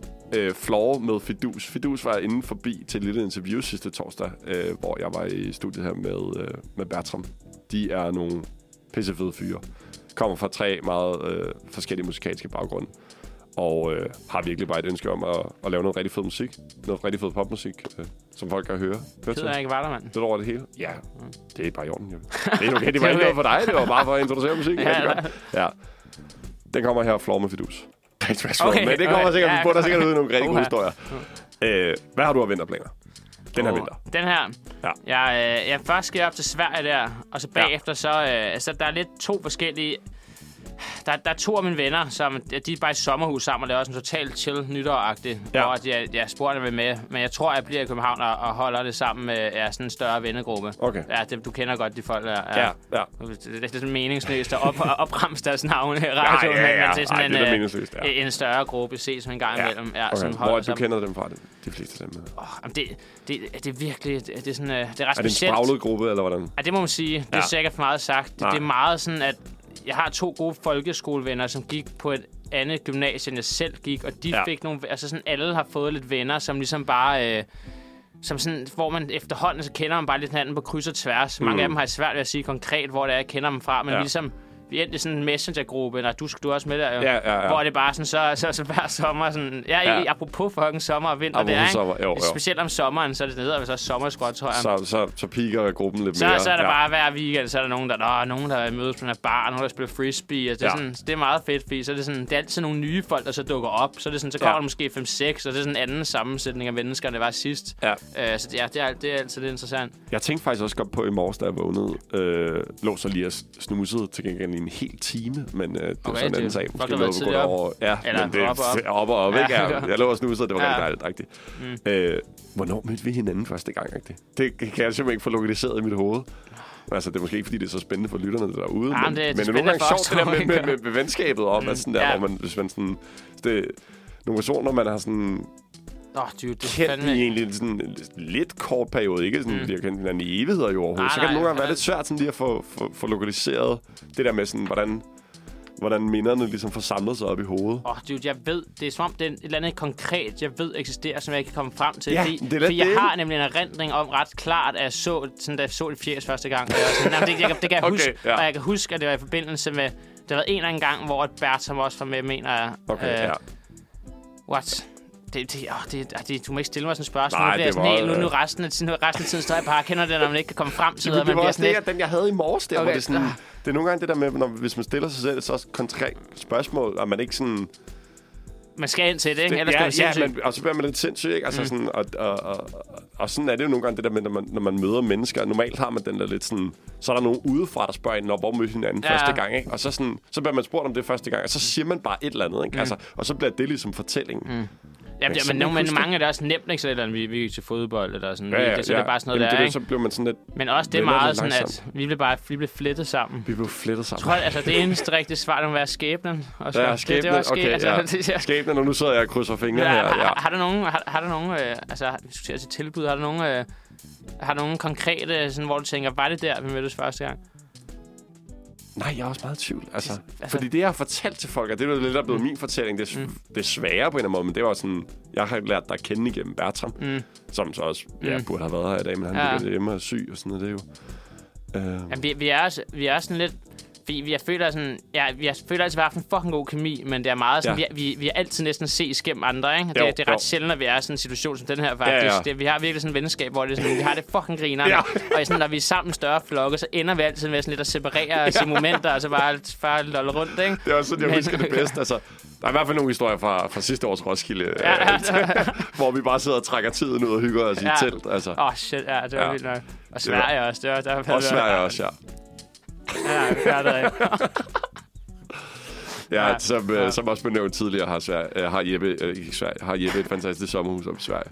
Floor med Fidus. Fidus var inde forbi til et lille interview sidste torsdag, hvor jeg var i studiet her med Bertram. De er nogle pissefede fyre. Kommer fra 3 meget forskellige musikalske baggrunde. Og har virkelig bare et ønske om at lave noget rigtig fed musik. Noget rigtig fed popmusik, som folk kan høre. Det er ikke var der, mand. Det er over det hele. Ja, det er bare i orden, jo. Det er okay, det var ikke noget for dig. Det var bare for at introducere musikken. Ja. Den kommer her, Floor med Fidus. Okay, men det kommer sikkert, der sikkert ud i nogle rigtig gode historier. Hvad har du af vinterplaner? Den her vinter. Den her? Ja. Jeg først skal op til Sverige der, og så bagefter så der er lidt 2 forskellige... Der er 2 af mine venner, som de er bare i sommerhus sammen og laver sådan totalt chill nytår-agtigt. Hvor jeg spurgte dem med, men jeg tror, jeg bliver i København og holder det sammen med sådan en større vennegruppe. Okay. Ja, du kender godt de folk der. Ja. Det er sådan meningsløst at opremse deres navne i radioen, men det er sådan en større gruppe, ses som en gang imellem. Ja, okay. Hvor du kender dem fra, de fleste af dem? Det er virkelig, det er sådan, det er ret specielt. Er det en spraglet gruppe, eller hvordan? Ja, det må man sige. Det er sikkert for meget sagt. Det er meget sådan, at jeg har 2 gode folkeskolevenner, som gik på et andet gymnasie, end jeg selv gik, og de fik nogle... Altså sådan, alle har fået lidt venner, som ligesom bare... som sådan, hvor man efterhånden, så kender man bare lidt hinanden på kryds og tværs. Mange af dem har jeg svært ved at sige konkret, hvor det er, jeg kender dem fra, men ligesom... Vi endte i sådan en messengergruppe, og du er også med der jo. Ja. Hvor det bare sådan, så hver sommer sådan... Apropos fucking sommer og vinter, det er, ikke? Sommer, jo. Specielt om sommeren, så er det hedder så sommerskot, tror jeg. Så piker gruppen lidt mere. Så er der bare hver weekend, så er der nogen, der mødes på en bar, nogen, der spiller frisbee, og det er, sådan, det er meget fedt, fordi så er det er altid nogle nye folk, der så dukker op. Så er det sådan, så kommer der måske 5-6, og det er sådan en anden sammensætning af mennesker, end det var sidst. Ja. Så det er altid lidt interessant. Jeg tænkte faktisk også godt på i morges, da jeg vågnede, lå så lige og snusede til gengæld en hel time, men det var sådan en anden sag. Måske noget på gå over. Ja, eller men det er op og op, ikke? Jeg lå og snusede, det var rigtig dejligt. Hvornår mødte vi hinanden første gang, ikke? Det kan jeg simpelthen ikke få lokaliseret i mit hoved. Altså, det er måske ikke, fordi det er så spændende for lytterne derude, men det er nogle gange sjovt, det der med venskabet om, at sådan der, hvor man, hvis man sådan... nogle personer, man har sådan... kendt i egentlig sådan en lidt kort periode, ikke sådan, de har kendt hinanden i evigheder jo overhovedet. Så kan det nogle gange være lidt svært sådan lige at få lokaliseret det der med sådan, hvordan hvordan minderne ligesom får samlet sig op i hovedet. Dude, jeg ved, det er som om, det er et eller andet konkret, jeg ved eksisterer, som jeg ikke kan komme frem til. Ja, fordi jeg har nemlig en erindring om ret klart, at jeg så, sådan, da jeg så det fjerde første gang. Og jeg var sådan, det kan jeg huske, og jeg kan huske, at det var i forbindelse med, der var en eller anden gang, hvor Bertram også var med, mener jeg. What? Du må ikke stille mig sådan et spørgsmål. Nej, det var... Nu resten af tiden står jeg bare kender det, når man ikke kan komme frem til det. Det var også det, den jeg havde i morges der, hvor det sådan... Det er nogle gange det der med, hvis man stiller sig selv så også konkret spørgsmål, og man ikke sådan... Man skal ind til det, ikke? Ellers skal man og så bliver man lidt sindssyg, ikke? Altså sådan, og sådan er det jo nogle gange det der med, når man møder mennesker. Normalt har man den der lidt sådan... Så er der nogen udefra, der spørger en, hvor mødte hinanden første gang, ikke? Og så bliver man spurgt om det første gang, og så siger man bare et eller andet, ikke? Altså, og så bliver det ligesom fortællingen. Ja, men mange af det er også nemt, ikke? Så eller vi gik til fodbold, eller sådan. Så det er bare sådan noget der, ikke? Så blev man sådan lidt... Men også det er meget sådan, at vi blev flettet sammen. Vi blev flettet sammen. Tror jeg, altså det eneste rigtige svar, det må være skæbnen. Ja, skæbnen, okay. Skæbnen, og nu sidder jeg og krydser fingre her. Har du nogen, altså, vi skulle til tilbud, har du nogen konkrete, sådan, hvor du tænker, var det der, vi mødtes første gang? Nej, jeg er også meget i tvivl. Altså, fordi det, jeg har fortalt til folk, og det er jo lidt, der er blevet min fortælling, det er sværere på en eller anden måde, men det var sådan, jeg har lært dig at kende igennem Bertram, som så også burde have været her i dag, men han ligger hjemme og syg og sådan noget, det er jo... Jamen, vi er sådan lidt... Jeg føler sådan... Jeg føler altid, at vi har haft en fucking god kemi, men det er meget sådan... Vi er altid næsten ses gennem andre, ikke? Det er ret sjældent, at vi er i sådan en situation som den her, faktisk. Vi har virkelig sådan en venskab, hvor det er sådan, vi har det fucking grinerne. Og sådan, når vi er sammen større flokke, så ender vi altid med sådan lidt at separere os i momenter, og så bare lolle rundt, ikke? Det er også sådan, jeg husker det bedste. Altså, der er i hvert fald nogle historier fra sidste års Roskilde, hvor vi bare sidder og trækker tiden ud og hygger os i et telt. Altså. Shit, det var vildt nok. Og Sverige også. Og Sverige også, ja. Ja, det gør det ikke. Som også blev nævnt tidligere, har Jeppe et fantastisk sommerhus op i Sverige.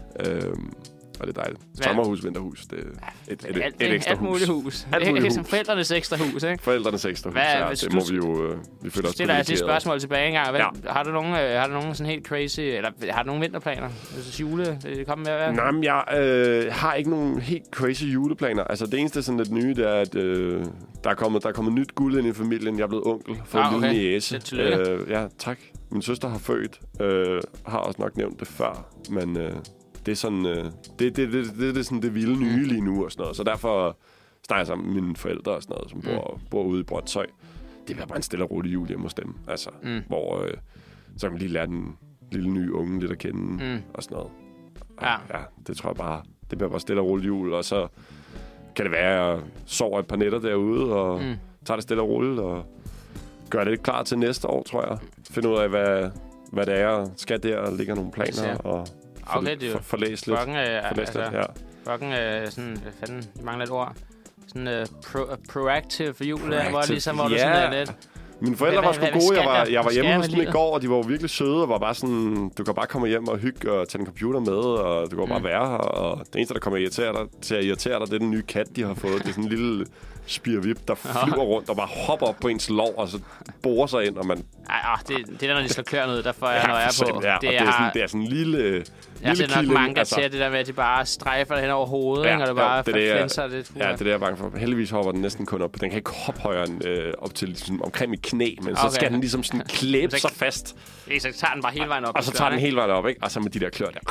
Og det er dejligt. Sommerhus, vinterhus, det er et ekstra hus. Alt muligt hus. Det er som forældrenes ekstra hus, ikke? Forældrenes ekstra hus, det må vi jo... Vi føler os stiller jeg et spørgsmål tilbage engang. Har du nogen sådan helt crazy, eller har du nogle vinterplaner? Altså jule, det kommer med at være? Nej, men jeg har ikke nogen helt crazy juleplaner. Altså det eneste sådan lidt nye, det er, at der er kommet nyt guld ind i familien. Jeg er blevet onkel for en lille niece. Ja, tak. Min søster har født. Har også nok nævnt det før, men... Det er sådan, det er sådan det vilde nye lige nu og sådan noget. Så derfor snakker jeg sammen med mine forældre og sådan noget, som bor ude i Brøndshøj. Det bliver bare en stille og rolig jul hjemme hos dem. Altså, hvor så kan man lige lære den lille nye unge lidt at kende og sådan noget. Ja, det tror jeg bare, det bliver bare stille og roligt jul. Og så kan det være, at jeg sover et par nætter derude og tager det stille og roligt og gør det lidt klar til næste år, tror jeg. Finder ud af, hvad det er, skal der, og ligger nogle planer og... Forlæs lidt. Fucking sådan, hvad fanden, jeg mangler et ord. Sådan proactive for jul, hvor ligesom, hvor du sådan lidt... Mine forældre var sgu gode. Jeg var hjemme hos dem i går, og de var jo virkelig søde, og var bare sådan, du kan bare komme hjem og hygge og tage en computer med, og du kan bare være her, og det eneste, der kommer til at irritere dig, det er den nye kat, de har fået. Det er sådan en lille spirvip, der flyver rundt og bare hopper op på ens lår, og så borer sig ind, og man... det er når de slår kløerne ud, derfor jeg, når jeg er på. Det er sådan en lille... Jeg har set nok mange, der ser det der med, at de bare strejfer hen over hovedet, og det bare flænser lidt. Ja, det er jeg bange for. Heldigvis hopper den næsten kun op. Den kan ikke hoppe højere end op til ligesom, omkring mit knæ, men så skal den ligesom sådan klæbe sig fast. Så tager den bare hele vejen op. Og så tager den hele vejen op, ikke? Og så med de der klør der.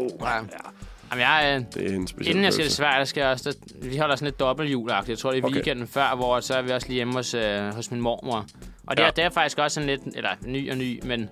Jamen, det er en speciel inden jeg skal til Sverige, skal jeg også... Vi holder sådan lidt dobbeltjulagtigt. Jeg tror, det er weekenden før, hvor så er vi også lige hjemme hos min mormor. Og det er faktisk også sådan lidt... Eller ny, men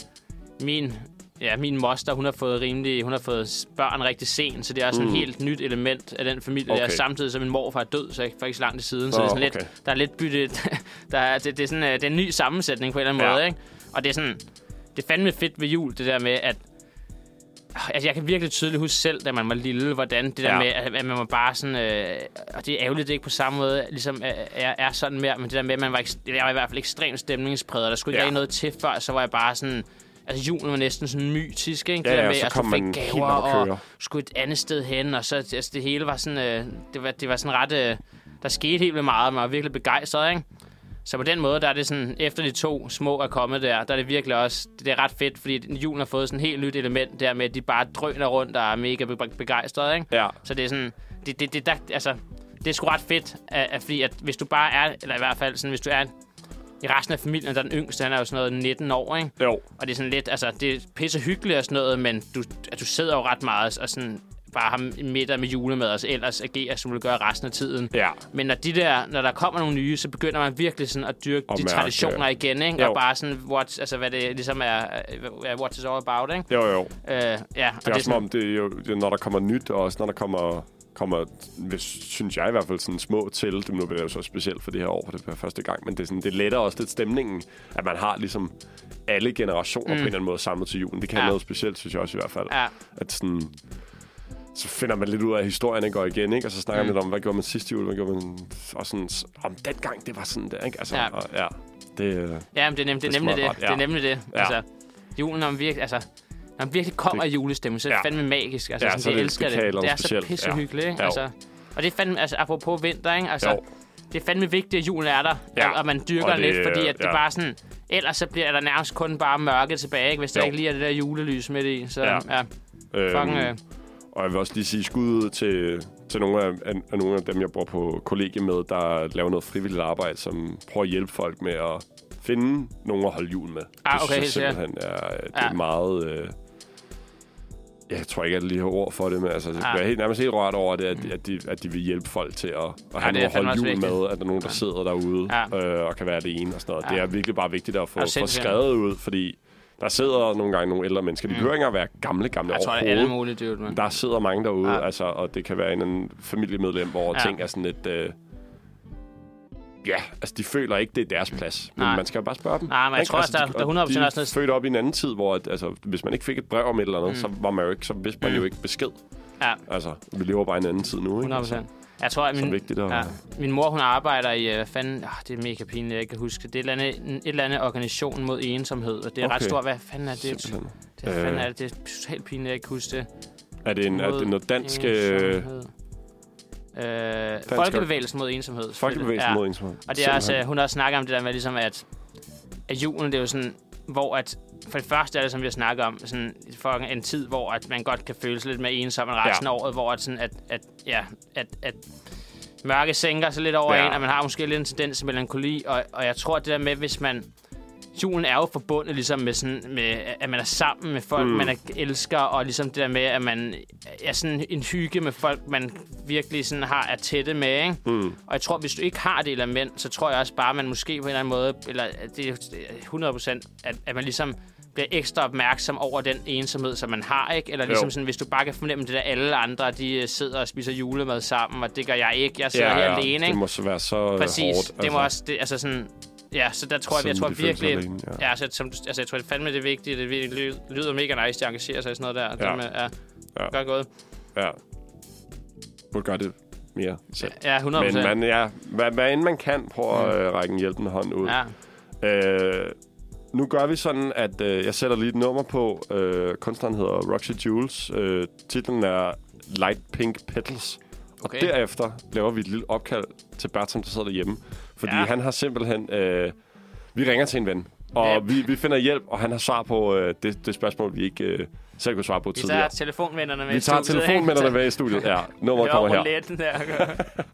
min moster, hun har fået børn rigtig sent, så det er sådan et helt nyt element af den familie der, samtidig som min morfar er død, så for ikke så lang tid siden, så det er sådan lidt, der er lidt byttet, det er sådan det er en ny sammensætning på en eller anden måde, ikke? Og det er sådan, det er fandme fedt ved jul, det der med, at jeg kan virkelig tydeligt huske selv, da man var lille, hvordan det der med, at man var bare sådan... og det er ærgerligt, det ikke på samme måde ligesom er sådan mere, men det der med, at jeg var i hvert fald ekstremt stemningspræget, der skulle ikke rigtig noget til før, så var jeg bare sådan... Altså, julen var næsten sådan mytisk, ikke? Det der med, at du fik gaver og skulle et andet sted hen, og så altså, det hele var sådan... det var sådan ret... der skete helt vildt meget, og man var virkelig begejstret, ikke? Så på den måde, der er det sådan... Efter de to små er kommet der er det virkelig også... Det er ret fedt, fordi julen har fået sådan et helt nyt element der med, at de bare drøner rundt og er mega begejstrede, ikke? Ja. Så det er sådan... Det er sgu ret fedt, fordi at hvis du bare er... Eller i hvert fald sådan, hvis du er i resten af familien, der er den yngste, han er jo sådan noget 19 år, ikke? Jo. Og det er sådan lidt, altså, det er pisse hyggeligt og sådan noget, men du sidder jo ret meget og sådan bare ham middag med julemad, og så ellers agerer, som du vil gøre resten af tiden. Ja. Men når der kommer nogle nye, så begynder man virkelig sådan at dyrke de traditioner igen, ikke? Jo. Og bare sådan, hvad det ligesom er, what it's all about, ikke? Jo. Ja, det er også som om, det er jo, når der kommer nyt, og også når der kommer, synes jeg i hvert fald, sådan små til. Det nu bliver det jo så specielt for det her år, for det bliver første gang, men det letter også lidt stemningen, at man har ligesom alle generationer på en eller anden måde samlet til julen. Det kan noget specielt, synes jeg også i hvert fald. Ja. At sådan, så finder man lidt ud af, at historien går igen, ikke? Og så snakker man lidt om, hvad gjorde man sidste jul, hvad gjorde man... Og sådan, om dengang, det var sådan der, ikke? Altså, det... Ja, men det er nemlig det. Det er nemlig det. Ja. Altså, julen, når man virkelig kommer i julestemning, så er det fandme magisk. Altså, sådan, det elsker det. Det er så pissehyggeligt, ikke? Altså, og det er fandme, altså, apropos vinter, ikke? Altså, det er fandme vigtigt, at julen er der, og man dyrker lidt, fordi at det bare sådan... Ellers så bliver der nærmest kun bare mørke tilbage, ikke? Hvis der ikke lige er det der julelys midt i. Så Og jeg vil også lige sige skud til nogle af dem, jeg bor på kollegie med, der laver noget frivilligt arbejde, som prøver at hjælpe folk med at finde nogen at holde jul med. Okay, det simpelthen er meget... jeg tror ikke, at jeg lige har ord for det, men altså, jeg bliver nærmest helt rørt over det, at de vil hjælpe folk til at have nogen at holde jul med, at der er nogen, der sidder derude og kan være alene og sådan noget. Det er virkelig bare vigtigt at få skrevet ud, fordi der sidder nogle gange nogle ældre mennesker. De behøver ikke at være gamle jeg tror, det er alle mulige dyrt, man. Der sidder mange derude, altså, og det kan være en familiemedlem, hvor ting er sådan lidt... altså, de føler ikke, det er deres plads. Men man skal jo bare spørge dem. Nej, men jeg tror også, der er 100% også noget... De er født op i en anden tid, hvor altså, hvis man ikke fik et brev om et eller andet, så var man jo ikke, så vidste man jo ikke besked. Ja. Altså, vi lever bare i en anden tid nu, ikke? 100%. Jeg tror, at min mor, hun arbejder i, det er mega pinligt, jeg ikke kan huske. Det er et eller andet organisation mod ensomhed, og det er ret stort. Hvad fanden er det? Det er helt pinligt, jeg ikke kan huske det. Er det noget dansk... Folkebevægelsen mod ensomhed. Folkebevægelsen mod ensomhed. Og det er også, hun har også snakket om det der med, ligesom at julen, det er jo sådan, hvor at for det første er det, som vi har snakket om, sådan for en tid, hvor at man godt kan føle sig lidt mere ensom end resten af året, hvor at sådan at mørke sænker sig lidt over en, og man har måske lidt en tendens til melankoli, og jeg tror, at det der med, hvis man... Julen er jo forbundet ligesom med at man er sammen med folk, man elsker, og ligesom det der med, at man er sådan en hygge med folk, man virkelig sådan er tætte med, ikke? Og jeg tror, hvis du ikke har det element, så tror jeg også bare, at man måske på en eller anden måde, eller det er 100%, at man ligesom bliver ekstra opmærksom over den ensomhed, som man har, ikke? Eller ligesom sådan, hvis du bare kan fornemme det der, alle andre, de sidder og spiser julemad sammen, og det gør jeg ikke. Jeg sidder her alene, ikke? Det må så være så præcis, hårdt. Det må også, altså sådan... Ja, så der tror jeg tror virkelig... Alene, jeg tror, det fandme det er vigtigt. Det virkelig lyder mega nice, de engagerer sig i sådan noget der. Godt gået. Ja. Burde gøre det mere selv. Ja, 100%. Men hvad end man kan, prøve at række en hjælpende hånd ud. Ja. Nu gør vi sådan, at jeg sætter lige et nummer på. Kunstneren hedder Roxy Jules. Titlen er Light Pink Petals. Og derefter laver vi et lille opkald til Bertram, der sidder derhjemme. Fordi han har simpelthen... vi ringer til en ven, og vi finder hjælp, og han har svar på det spørgsmål, vi ikke selv kunne svare på tidligere. Vi tager telefonvennerne med i studiet. Vi tager telefonvennerne med i studiet, ja. Nummeret kommer her.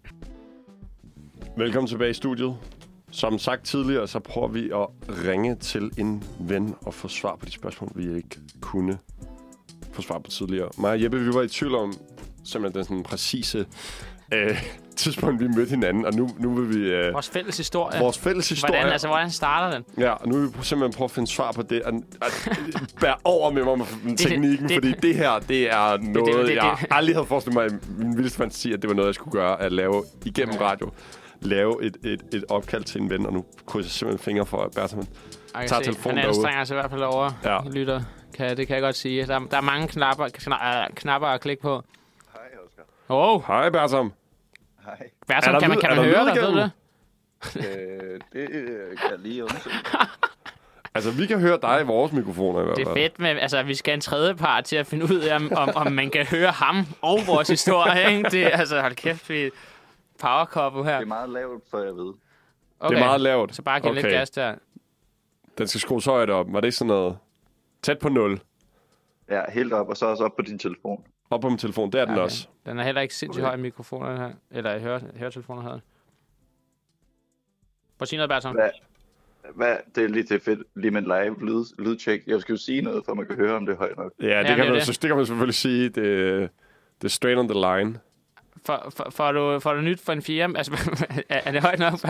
Velkommen tilbage i studiet. Som sagt tidligere, så prøver vi at ringe til en ven og få svar på de spørgsmål, vi ikke kunne få svar på tidligere. Mig og Jeppe, vi var i tvivl om simpelthen den sådan præcise... tidspunkt, vi mødte hinanden, og nu vil vi... Vores fælles historie. Hvordan starter den? Ja, og nu vil vi simpelthen prøve at finde svar på det, og bære over med mig med teknikken, fordi det her, det er noget, jeg aldrig havde forestillet mig i min vildeste fantasi, at det var noget, jeg skulle gøre, at lave igennem radio. Lave et opkald til en ven, og nu krydser jeg simpelthen fingre for, at Bertram tager telefonen derude. Han anstrenger sig i hvert fald over, lytter. Det kan jeg godt sige. Der er mange knapper at klikke på. Hej, Oscar. Hej, Bertram. Hej. Bertram, kan man høre dig, ved du det? Det kan jeg lige undersøge. Altså, vi kan høre dig i vores mikrofoner i hvert fald. Det er fedt, men altså, vi skal en tredje part til at finde ud af, om man kan høre ham og vores historie, ikke? Det er altså, hold kæft, vi powercouple her. Det er meget lavt, for jeg ved. Okay. Det er meget lavt. Så bare giv lidt gas der. Den skal skrues højt op. Var det ikke sådan noget tæt på 0? Ja, helt op, og så også op på din telefon. Op på min telefon, det er den også. Den er heller ikke sindssygt høj i mikrofonen her. Eller i høretelefoner her. Prøv at sige noget, Bertram. Hvad? Det er lidt fedt. Lige med en live lydcheck. Jeg skal jo sige noget, for man kan høre, om det er højt nok. Ja, det kan man selvfølgelig sige. Det er straight on the line. Får du nyt for en 4? Altså, er det højt nok?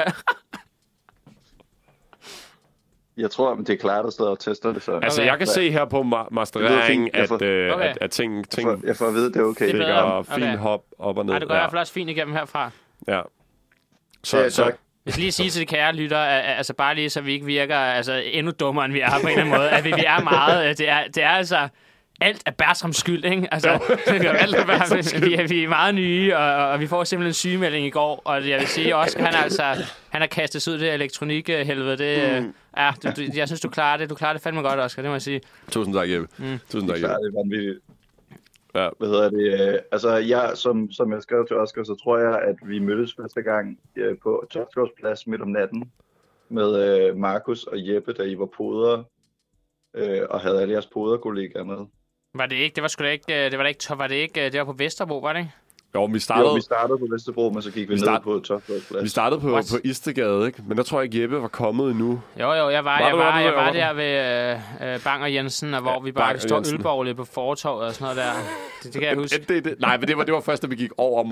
Jeg tror, det er klart, der står og tester det så. Altså, jeg kan se her på mastereringen, at ting jeg får at vide, det er okay. Det er fint hop op og ned. Nej, det går i hvert fald også fint igennem herfra. Ja. Så. Jeg skal lige sige til de kære lyttere, altså bare lige så vi ikke virker endnu dummere, end vi er på en eller anden måde. At vi er meget, det er altså... Alt er Bertrams skyld, ikke? Altså, alt er vi er meget nye, og vi får simpelthen en sygemelding i går, og jeg vil sige, Oscar, han har kastet sig ud det elektronik-helvede. Det, jeg synes, du klarer det. Du klarer det fandme godt, Oscar, det må jeg sige. Tusind tak, Jeppe. Tusind tak, Jeppe. Det er vanvittigt. Ja. Hvad hedder det? Altså, som jeg skrev til Oscar, så tror jeg, at vi mødtes første gang på Topscores Plads midt om natten med Markus og Jeppe, da I var podere, og havde alle jeres poderkollegaer med. Var det ikke? Det var på Vesterbro, var det ikke? Jo, vi startede på Vesterbro, men så gik vi ned på Topscores Plads. Vi startede på Istegade, ikke? Men der tror jeg ikke, Jeppe var kommet endnu. Jo, jeg var der ved Bang og Jensen, og hvor vi bare stod ølborglet på fortorvet og sådan noget der. Det kan jeg huske. Nej, men det var først, da vi gik over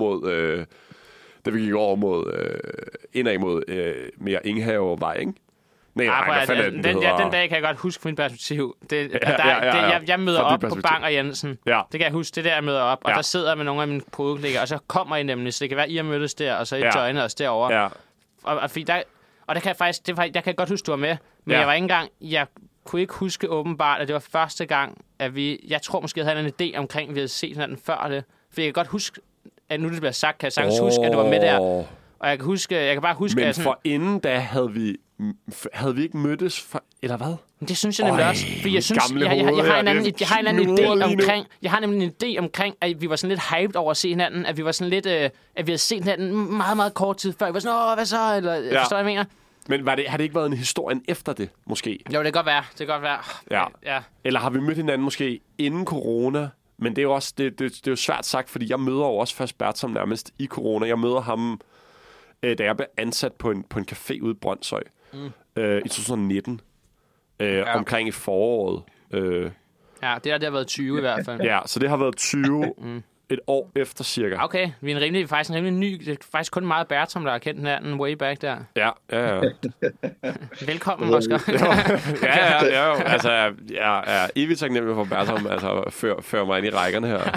mod... indad mod mere Ingehavevej, ikke? Nej, den dag kan jeg godt huske min perspektiv. Jeg møder op på Bang og Jensen. Ja. Det kan jeg huske, det der jeg møder op. Og der sidder med nogle af mine podekollegaer, og så kommer I nemlig. Så det kan være, I har mødtes der, og så I joiner os derovre. Ja. Og der kan jeg faktisk... Jeg kan godt huske, du var med. Men jeg var ikke engang... Jeg kunne ikke huske åbenbart, at det var første gang, at vi... Jeg tror måske, jeg havde en idé omkring, at vi havde set hinanden før det. For jeg kan godt huske, at nu det bliver sagt, kan jeg sagtens huske, at du var med der. Og jeg kan bare huske... Men for inden da havde vi ikke mødtes eller hvad? Det synes jeg nemlig også, for jeg synes jeg har nemlig en idé omkring, at vi var sådan lidt hyped over at se hinanden, at vi var sådan lidt at vi havde set hinanden meget meget kort tid før. Vi var sådan, hvad så, eller forstår jeg mener? Men har det ikke været en historie efter det måske? Jo, det kan godt være. Ja. Eller har vi mødt hinanden måske inden corona? Men det er jo også det er jo svært sagt, fordi jeg møder jo også først Bertram nærmest i corona. Jeg møder ham da jeg blev ansat på en café ude i Brøndshøj i 2019. Omkring i foråret. Ja, det har været 20 i hvert fald. Ja, så det har været 20 et år efter cirka. Okay, vi er faktisk en rimelig ny... Det er faktisk kun meget Bertram, der har kendt hinanden way back der. Ja. Velkommen, Oscar. Ja. Altså, jeg er evigt taknemmelig for Bertram, altså før mig ind i rækkerne her.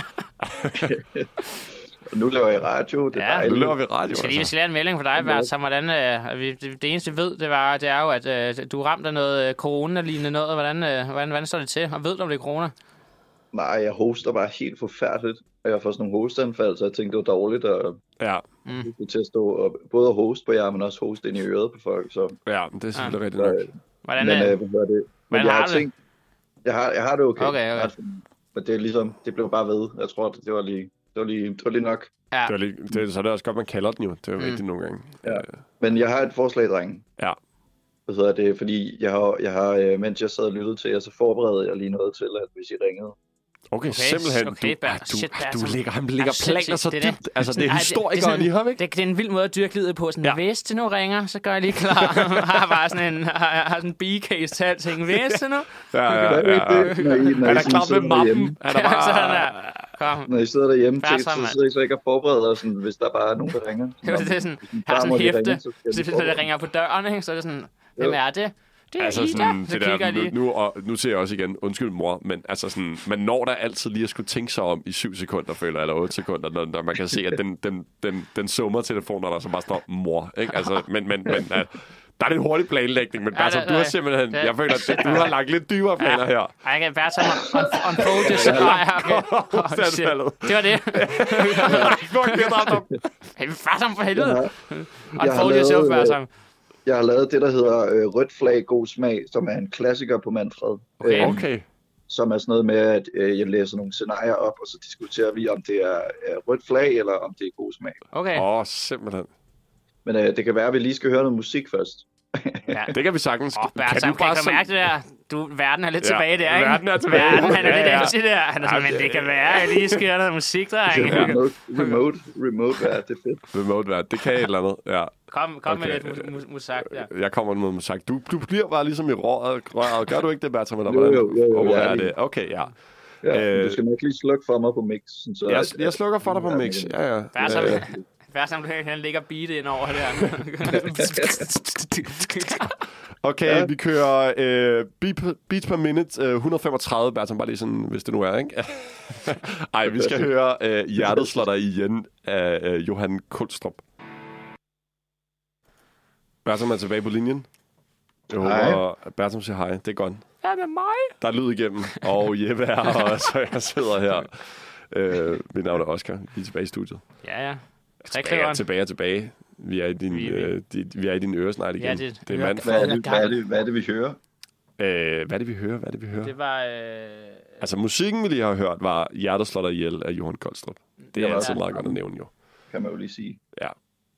Nu laver jeg radio, det er dejligt. Nu laver vi radio. Vi skal lære en melding for dig, Bertram. Hvordan, det eneste vi ved, det er jo, at du er ramt af noget corona-lignende noget. Hvordan står det til? Og ved du, om det er corona? Nej, jeg hoster bare helt forfærdeligt. Jeg har fået sådan nogle hosteanfald, så jeg tænkte, det var dårligt at til at stå og både at hoste på jer, men også hoste ind i øret på folk. Så. Ja, det er selvfølgelig rigtigt nok. Hvordan jeg har det okay. Okay. Altså, men det er ligesom, det blev bare ved. Jeg tror, det var lige nok. Ja. Så er det også godt, man kalder den jo. Det er jo vigtigt nogle gange. Ja. Men jeg har et forslag, drenge. Ja. Hvad hedder det? Fordi jeg har mens jeg sad og lyttede til jer, så forberedte jeg lige noget til, at hvis I ringede. Okay, simpelthen. Okay, Han lægger planer så dybt. Altså, det er historikeren i ham, ikke? Det er en vild måde at dyrke livet på. Sådan, hvis det nu ringer, så gør jeg lige klar. har bare sådan en B-case til alting. Hvis det nu? Ja. Han er klar med mappen. Han er bare... Når I sidder derhjemme, så sidder I så ikke og forbereder sådan, hvis der bare er nogen, der ringer. Det er sådan, jeg har sådan en hæfte. Så når det ringer på døren, så er det sådan, hvem er det? Det er altså sådan, det der, nu ser jeg også igen, undskyld mor, men altså sådan, man når der altid lige at skulle tænke sig om i 7 sekunder, føler eller 8 sekunder, når man kan se, at den summer telefoner, der så bare står mor, ikke? Altså, men der er lidt hurtig planlægning, men altså, du har simpelthen, jeg føler, at du har lagt lidt dybere planer her. Jeg kan bare tage unfold this. Det var det. Bertram for helvede. Unfold yourself, Bertram. Jeg har lavet det, der hedder rødt flag, god smag, som er en klassiker på Manfred. Okay. Som er sådan noget med, at jeg læser nogle scenarier op, og så diskuterer vi, om det er rødt flag, eller om det er god smag. Okay. Simpelthen. Men det kan være, at vi lige skal høre noget musik først. Ja. Det kan vi sagtens. Kan du mærke det der? Verden er lidt tilbage der, ikke? Verden er tilbage. Han er lidt altid der. Han er sådan, men det kan være, at jeg lige skal noget musik der, ikke? Remote vært, det er fedt. Remote vært, det kan et eller andet, ja. Kom med lidt musak der. Jeg kommer med musak. Du bliver bare ligesom i røret. Gør du ikke det, Bertram? Eller Jo, er det? Okay, ja. Ja, du skal nok lige slukke for mig på mixen. Så Jeg slukker for dig på mix. Ja. Værst, han ligger beatet ind over det her. Okay, vi kører beats per minute 135, Bertram, bare lige sådan, hvis det nu er, ikke? Ej, vi skal høre Hjertet slår dig igen af Johan Kulstrup. Bertram er tilbage på linjen. Jeg håber, at Bertram siger hej. Det er godt. Ja, det er mig. Der er lyd igennem, og Jeppe er her, så jeg sidder her. Mit navn er Oscar. Vi er tilbage i studiet. Ja. Tilbage. Vi er i din øresnegl igen. Ja, det er mand. Hvad er det, vi hører? Hvad er det, vi hører? Det var... Altså, musikken, vi lige har hørt, var Hjertet slår dig ihjel af Johan Koldstrup. Det er altid meget godt at nævne, jo. Kan man jo lige sige. Ja.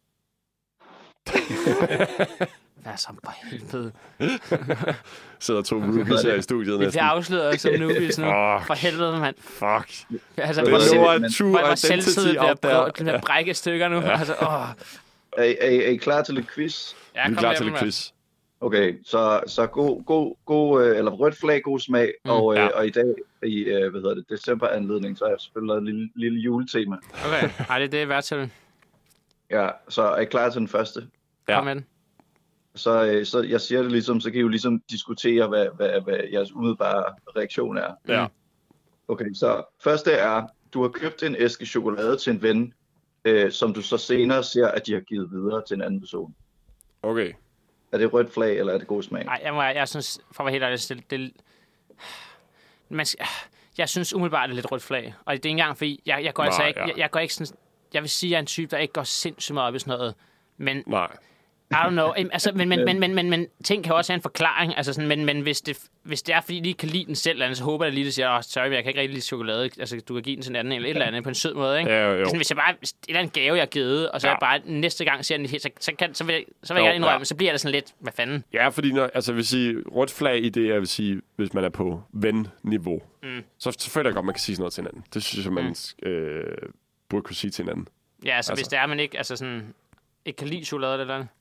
Hvad så for helvede? Sidder 2 rookies her i studiet næsten. Vi bliver afsløret som noobies nu. For helvede, mand. Fuck. Altså, hvor selvtid bliver brække stykker nu. Ja. Altså, Er I klar til lidt quiz? Ja, vi er klar til lidt quiz. Okay, så god eller rødt flag, god smag, og i dag i decemberanledning, så har jeg selvfølgelig lavet et lille juletema. Okay, det er værd til. Ja, så er I klar til den første? Ja. Kom med den. Så jeg siger det ligesom, så kan I jo ligesom diskutere, hvad jeres umiddelbare reaktion er. Ja. Okay, så første er, du har købt en æske chokolade til en ven, som du så senere ser, at de har givet videre til en anden person. Okay. Er det rødt flag, eller er det god smag? Nej, jeg synes, for at være helt ærlig, jeg synes umiddelbart, det er lidt rødt flag. Og det er ikke engang, fordi jeg går ikke sådan... Jeg vil sige, at jeg er en type, der ikke går sindssygt meget op i sådan noget. Men... Nej. I don't know. Altså, men ting kan også have en forklaring. Altså sådan, men hvis det er, fordi de ikke kan lide den selv, så håber jeg lige, at siger, sorry, men jeg kan ikke rigtig lide chokolade. Altså, du kan give den til en anden eller et eller andet på en sød måde, ikke? Ja, jo. Sådan, hvis jeg bare... Et eller andet gave, jeg har givet, og så jeg bare næste gang ser den helt, så vil jeg gerne indrømme, så bliver det sådan lidt, hvad fanden? Ja, fordi vil sige, rødt flag i det, jeg vil sige, hvis man er på ven-niveau, så føler jeg godt, man kan sige sådan noget til hinanden. Det synes jeg, man burde kunne sige til hinanden. Ja, altså, hvis det er, man ikke, altså sådan, ikke kan lide chokolade eller andet.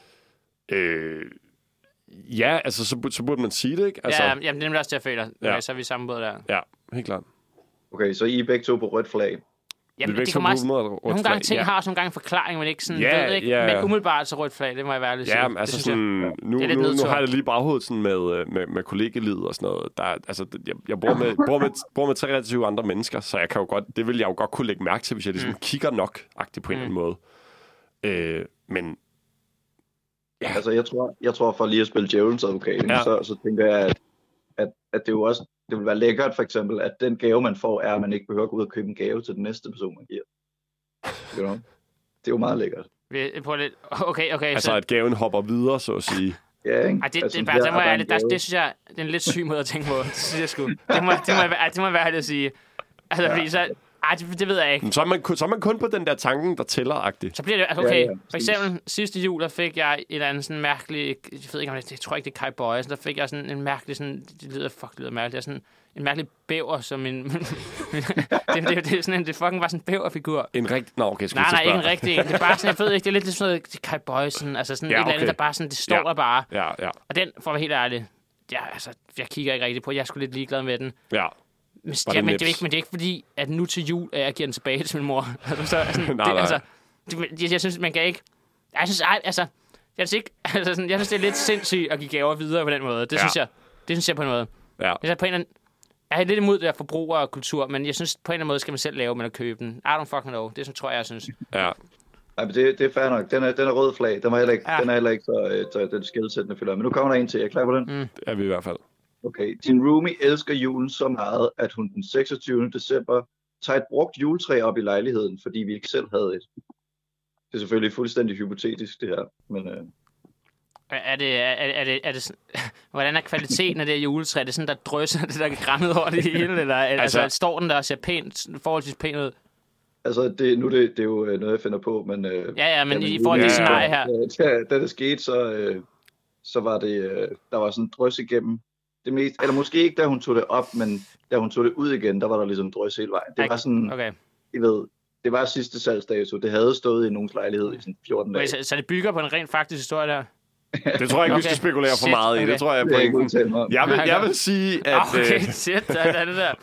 Ja, altså, så burde man sige det, ikke? Altså, ja, jamen, det er nemlig også det, jeg føler. Okay, så er vi samme båd der. Ja, helt klart. Okay, så I er begge to på rødt flag. Jamen, det kommer også... Nogle gange ting har også nogle gange forklaring, men ikke sådan, ved ikke. Men umiddelbart så rødt flag, det må jeg være lidt sige. Ja, altså sådan, nu har jeg det lige baghovedet sådan med kollegelivet og sådan noget. Der, altså, jeg bor med 23 andre mennesker, så jeg kan jo godt, det vil jeg jo godt kunne lægge mærke til, hvis jeg ligesom kigger nok-agtigt på en eller anden måde. Men ja. Altså, jeg tror for lige at spille djævelens advokat, så tænker jeg, at det jo også, det vil være lækkert for eksempel, at den gave, man får, er, at man ikke behøver at gå ud og købe en gave til den næste person, man giver. You know? Det er jo meget lækkert. Okay. Altså, så... at gaven hopper videre, så at sige. Ja, ikke? Det synes jeg, det er en lidt syg måde at tænke på. Det synes jeg sgu. Det må være det at sige. Altså, fordi så... det ved jeg ikke. Så er man kun på den der tanken, der tæller-agtigt. Så bliver det... Altså, okay, for eksempel sidste jul, der fik jeg et eller andet sådan mærkeligt... Jeg ved ikke, om det... Jeg tror ikke, det er Kai Boy. Der fik jeg sådan en mærkelig... Sådan, det lyder mærkeligt. Det er sådan en mærkelig bæver, som en... det er sådan en... Det fucking var sådan en bæverfigur. En rigtig... Nå, okay, nej, ikke en rigtig. Det er bare sådan... Jeg ved ikke, det er lidt sådan noget... Det er Kai Boy, sådan... Altså sådan et eller andet, der bare sådan... Det står der bare. Ja. Og den, for at være helt ærlig... Ja, altså... Jeg kigger ikke rigtig på. Jeg er sgu lidt ligeglad med den. Ja. Men det er ikke fordi, at nu til jul, at jeg giver den tilbage til min mor. Jeg synes, man kan ikke... Jeg synes, det er lidt sindssygt at give gaver videre på den måde. Det synes jeg på en måde. Ja. Jeg er lidt imod det der forbrugerkultur, men jeg synes på en eller anden måde skal man selv lave, men at købe den. I don't fucking know. Det tror jeg synes. Ja. Ej, men det er fair nok. Den er rød flag. Den er heller ikke så den skelsættende fylder. Men nu kommer der en til. Er I klar på den? Det er vi i hvert fald. Okay, din roomie elsker julen så meget, at hun den 26. december tager et brugt juletræ op i lejligheden, fordi vi ikke selv havde et. Det er selvfølgelig fuldstændig hypotetisk, det her, men... Er det sådan, hvordan er kvaliteten af det juletræ? Er det sådan, der drysser det, der er græmmet over det hele? Eller altså, står den der og ser forholdsvis pænt ud? Altså, det er jo noget, jeg finder på, men... men i forhold til scenarie her... Da det skete, så var det... der var sådan en drys igennem. Det mest, eller måske ikke, da hun tog det op, men da hun tog det ud igen, der var der ligesom drøs hele vejen. Det var sådan, I ved, det var sidste salgsdato. Det havde stået i nogens lejlighed i sådan 14 dage. Så det bygger på en rent faktisk historie der? Det tror jeg ikke, vi skal spekulere for meget i. Det tror jeg Det er ikke på udtalt mig om. jeg vil sige, at, Okay, shit, der er det der.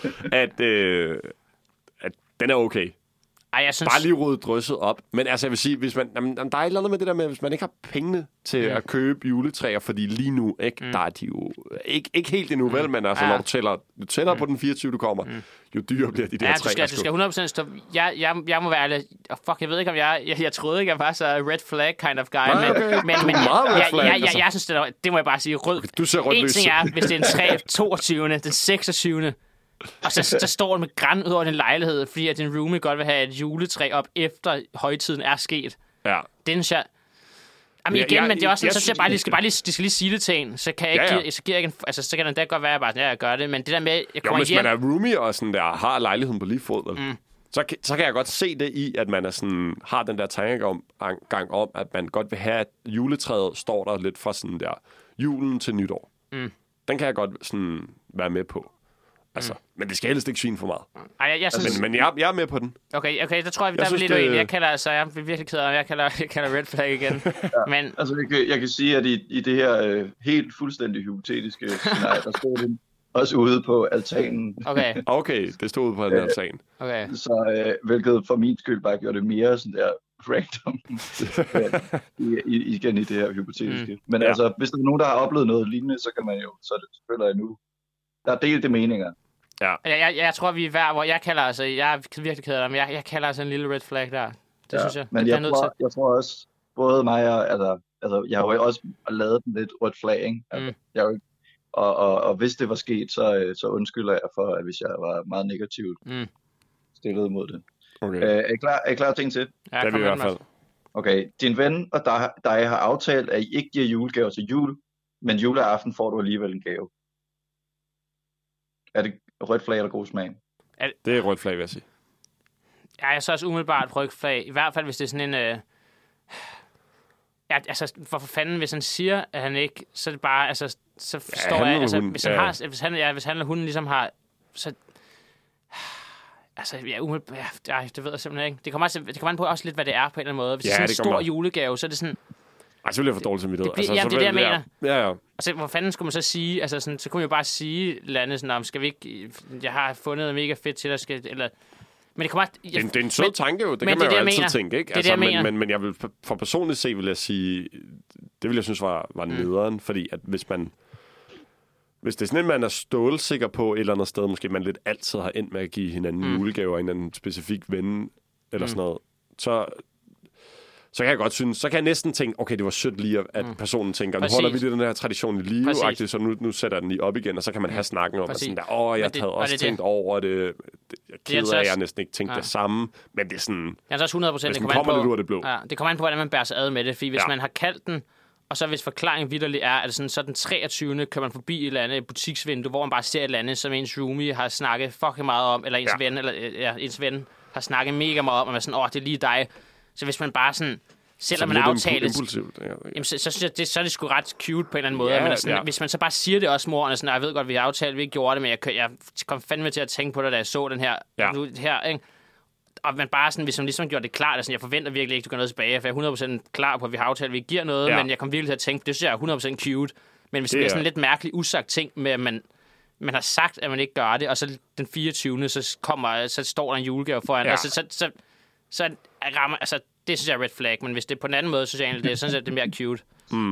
at den er okay. Ej, jeg synes... Bare lige rydde drysset op. Men altså, jeg vil sige, hvis man, jamen, der er et eller andet med det der med, hvis man ikke har pengene til at købe juletræer, fordi lige nu, ikke, der er de jo ikke helt endnu, vel, men altså, når du tæller på den 24, du kommer, jo dyrere bliver de der træer. Du skal 100% stå... Jeg må være ærlig... Jeg ved ikke, om jeg troede ikke, jeg var så red flag kind of guy, men jeg synes, det må jeg bare sige, rød. Du ser rødt en lys. ting er, hvis det er en træ 22. den 26. Og så står den med græn ud over din lejlighed, fordi at din roomie godt vil have et juletræ op, efter højtiden er sket. Ja. Den synes jeg... Jamen igen, men det er også sådan, så synes jeg bare, de skal lige sige det til en. Så kan jeg ikke, så giver jeg ikke så kan den da godt være, at jeg gør det. Men det der med, jeg kommer hvis man er roomie og sådan der, har lejligheden på lige fod, så kan jeg godt se det i, at man er sådan, har den der tankegang om, at man godt vil have, at juletræet står der lidt fra sådan der julen til nytår. Den kan jeg godt sådan være med på. Altså, men det skal helst ikke svine for meget. Ej, jeg synes... Men jeg er med på den. Okay, der tror jeg, der er lidt uenig. Jeg er virkelig ked af, jeg kalder red flag igen. Men... Altså, jeg kan sige, at i det her helt fuldstændig hypotetiske scenarie, der stod den også ude på altanen. Okay, det stod ude på altanen. Okay. Så hvilket for min skyld bare gjorde det mere sådan der random igen i det her hypotetiske. Men altså, hvis der er nogen, der har oplevet noget lignende, så kan man jo, så er det selvfølgelig nu. Der er delte meninger. Ja. Jeg tror, vi er hver, hvor jeg kalder, altså, jeg er virkelig ked af det, men jeg kalder altså en lille red flag der. Det synes jeg. Men jeg tror også, både mig og, altså, jeg har jo også lavet den lidt rødt flag, ikke? Altså, jeg jo ikke, og hvis det var sket, så undskylder jeg for, at hvis jeg var meget negativt stillet mod det. Okay. Er I klar til en til? Ja, det er vi i hvert fald. Okay, din ven og dig har aftalt, at I ikke giver julegaver til jul, men juleaften får du alligevel en gave. Er det rødt flag eller god smag? Det er rødt flag, vil jeg sige. Ja, jeg er så også umiddelbart rødt flag. I hvert fald, hvis det er sådan en... altså, for fanden, hvis han siger, at han ikke... Så er det bare... Altså, så forstår jeg... Altså, hvis han eller hun ligesom har... Så... Altså, det ved jeg simpelthen ikke. Det kommer an på også lidt, hvad det er på en eller anden måde. Hvis det er sådan en stor julegave, så er det sådan... Ej, så bliver jeg for dårligt samvittighed. Det er det, jeg mener. Ja. Og så, hvor fanden skulle man så sige? Altså, sådan, så kunne man jo bare sige landet sådan, skal vi ikke... Jeg har fundet noget mega fedt til dig, eller... Men det kommer... Det er en sød tanke jo, det kan man jo altid tænke, ikke? Altså, men jeg vil for personligt se, vil jeg sige... Det vil jeg synes var nederen, fordi at hvis det er sådan, at man er stålsikker på et eller andet sted, måske man lidt altid har endt med at give hinanden julegaver af en anden specifik ven, eller sådan noget, så kan jeg godt synes, så kan jeg næsten tænke, okay, det var sødt lige, at personen tænker, nu holder vi lige den her tradition i live, så nu sætter jeg den lige op igen, og så kan man have snakken om, at sådan der, jeg havde også tænkt over det, jeg keder af, jeg næsten ikke tænkt det samme, men det er sådan, jeg er også 100%, det kommer lidt ud af det blå. Ja, det kommer an på, hvordan man bærer sig ad med det, fordi hvis man har kaldt den, og så hvis forklaringen vitterligt er, at sådan, så den 23. kører man forbi et eller andet butiksvindue, hvor man bare ser et eller andet, som ens roomie har snakket fucking meget om, eller ens ven har snakket mega meget om, og man er sådan, det er lige dig. Så hvis man bare sådan, selvom man aftales, jamen, så synes jeg, så er det sgu ret cute på en eller anden måde. Men sådan, hvis man så bare siger det også, moren, sådan, jeg ved godt, vi har aftalt, vi ikke gjorde det, men jeg kom fandme til at tænke på det, da jeg så den her, ikke? Og man bare sådan, hvis man ligesom gjorde det klart, sådan, jeg forventer virkelig ikke, du går noget tilbage, for jeg er 100% klar på, at vi har aftalt, at vi ikke giver noget, men jeg kom virkelig til at tænke, det synes jeg er 100% cute. Men hvis det bliver sådan en lidt mærkelig, usagt ting med, at man har sagt, at man ikke gør det, og så den 24. så står der en julegave foran, og så rammer, altså, det synes jeg er red flag, men hvis det er på en anden måde, så synes jeg egentlig, det er sådan set, det er mere cute.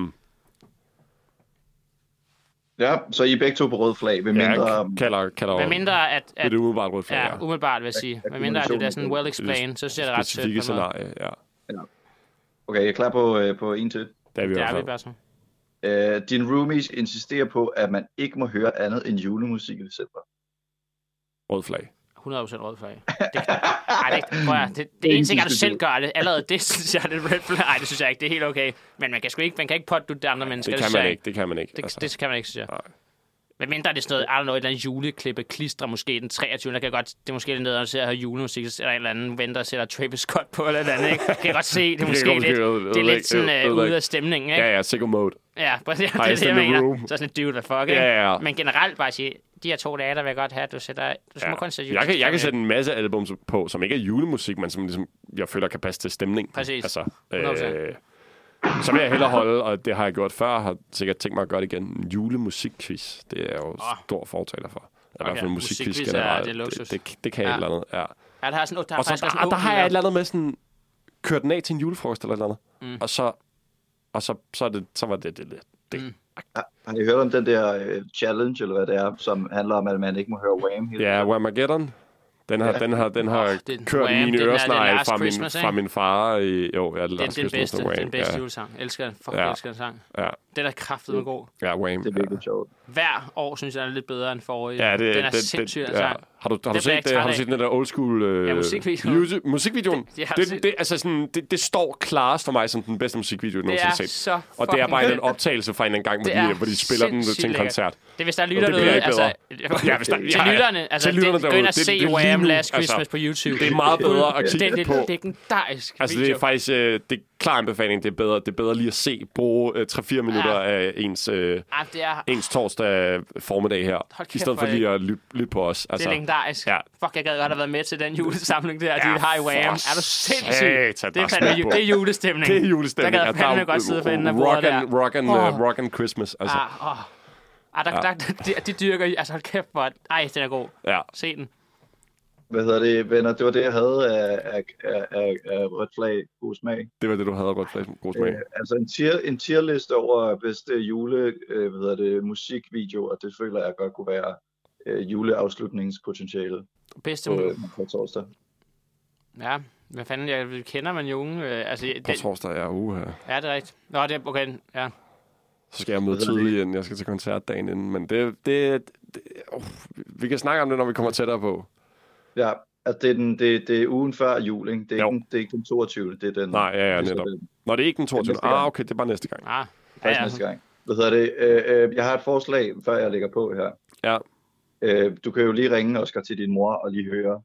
Ja, så I er begge to på rød flag, ved mindre at det er umiddelbart rød flag. Ja, umiddelbart vil jeg sige. Med mindre at det er sådan well explained, så synes jeg, det er ret sødt. Specifikke scenarie, ja. Okay, jeg er klar på en til. Det er vi i hvert fald. Din roomies insisterer på, at man ikke må høre andet end julemusik i december. Rød flag. 100% rød flag. Det er en ting, at du selv gør det. Allerede det synes jeg er lidt red flag. Nej, det synes jeg ikke. Det er helt okay. Men man kan ikke pådutte det andre mennesker. Det kan man ikke. Det kan man ikke, synes jeg. Men mindre er det sådan noget, et eller andet juleklippe, klistre måske den 23. Der kan godt, det er måske lidt nede, at se at høre julemusik, eller en eller anden venter og sætter Travis Scott på, eller andet, ikke? Kan jeg godt se, det er måske lidt sådan ude af stemningen, ikke? Ja, sicko mode. Ja, det er det, jeg mener. Så sådan et dude, hvad fuck, ikke? Ja. Men generelt bare sige, de her 2 dage, der vil jeg godt have, at du skal kun sætte julemusik. Jeg kan sætte en masse album på, som ikke er julemusik, men som ligesom, jeg føler kan passe til stemning. Præcis. Altså, så vil jeg hellere holde, og det har jeg gjort før, og har sikkert tænkt mig at gøre det igen, en julemusikquiz. Det er jeg jo stor fortaler for. I hvert fald musikquiz generelt. Det kan jeg et eller andet, ja. Ja, der har sådan, der har jeg et eller andet med sådan, kørt den af til en julefrokost eller et eller andet. Så var det. Har I hørt om den der challenge, eller hvad det er, som handler om, at man ikke må høre Wham hele Ja, Whamageddon. Den har kørt mine øresnegle fra min far. Det er den bedste julesang. Elsker den sang. Ja. Den er kraftedeme god. Ja, Wham. Det er virkelig sjovt. Hver år synes jeg, den er lidt bedre end forrige. Ja, den er sindssygt, den sang. Har du set den der old school musikvideoen? Det står klarest for mig som den bedste musikvideo, jeg nogensinde har set. Og det er bare en optagelse fra en gang, hvor de spiller den til en koncert. Det er, hvis der lytter noget, altså... Til lytterne, gå ind og se Wham! Last Christmas på YouTube. Det er meget bedre at kigge på. Det er legendarisk video. Altså, det er faktisk... Det er klar anbefaling. Det er bedre lige at bruge 3-4 minutter af ens torsdag formiddag her. I stedet for lige at lytte på os. Det er legendarisk. Ja. Fuck, jeg gad godt have været med til den julesamling der. De har i Wham! Er du sindssygt? Det er julestemning. Det er julestemning. Der gad fandme godt sidde for enden af bordet der. Rock and Christmas. Altså. De dyrker... Altså, hold kæft, hvor... Ej, den er god. Ja. Se den. Hvad hedder det, venner? Det var det, jeg havde af rødt flag god smag. Det var det, du havde af rødt flag god smag. Altså en tierliste over bedste musikvideo, og det føler jeg godt kunne være juleafslutningspotentiale på torsdag. Ja, hvad fanden, jeg kender man jo unge. På torsdag, ja. Ja, det er rigtigt. Nå, det er okay, ja. Så skal jeg møde tidligt ind. Jeg skal til koncert dagen inden, men vi kan snakke om det, når vi kommer tættere på. Ja, altså det er ugen før jul, ikke? Det er ikke den 22. Det er den... Nej, ja, netop. Nå, det er ikke den 22. Okay, det er bare næste gang. Næste gang. Hvad hedder det? Jeg har et forslag, før jeg lægger på her. Ja. Du kan jo lige ringe, Oscar, til din mor og lige høre.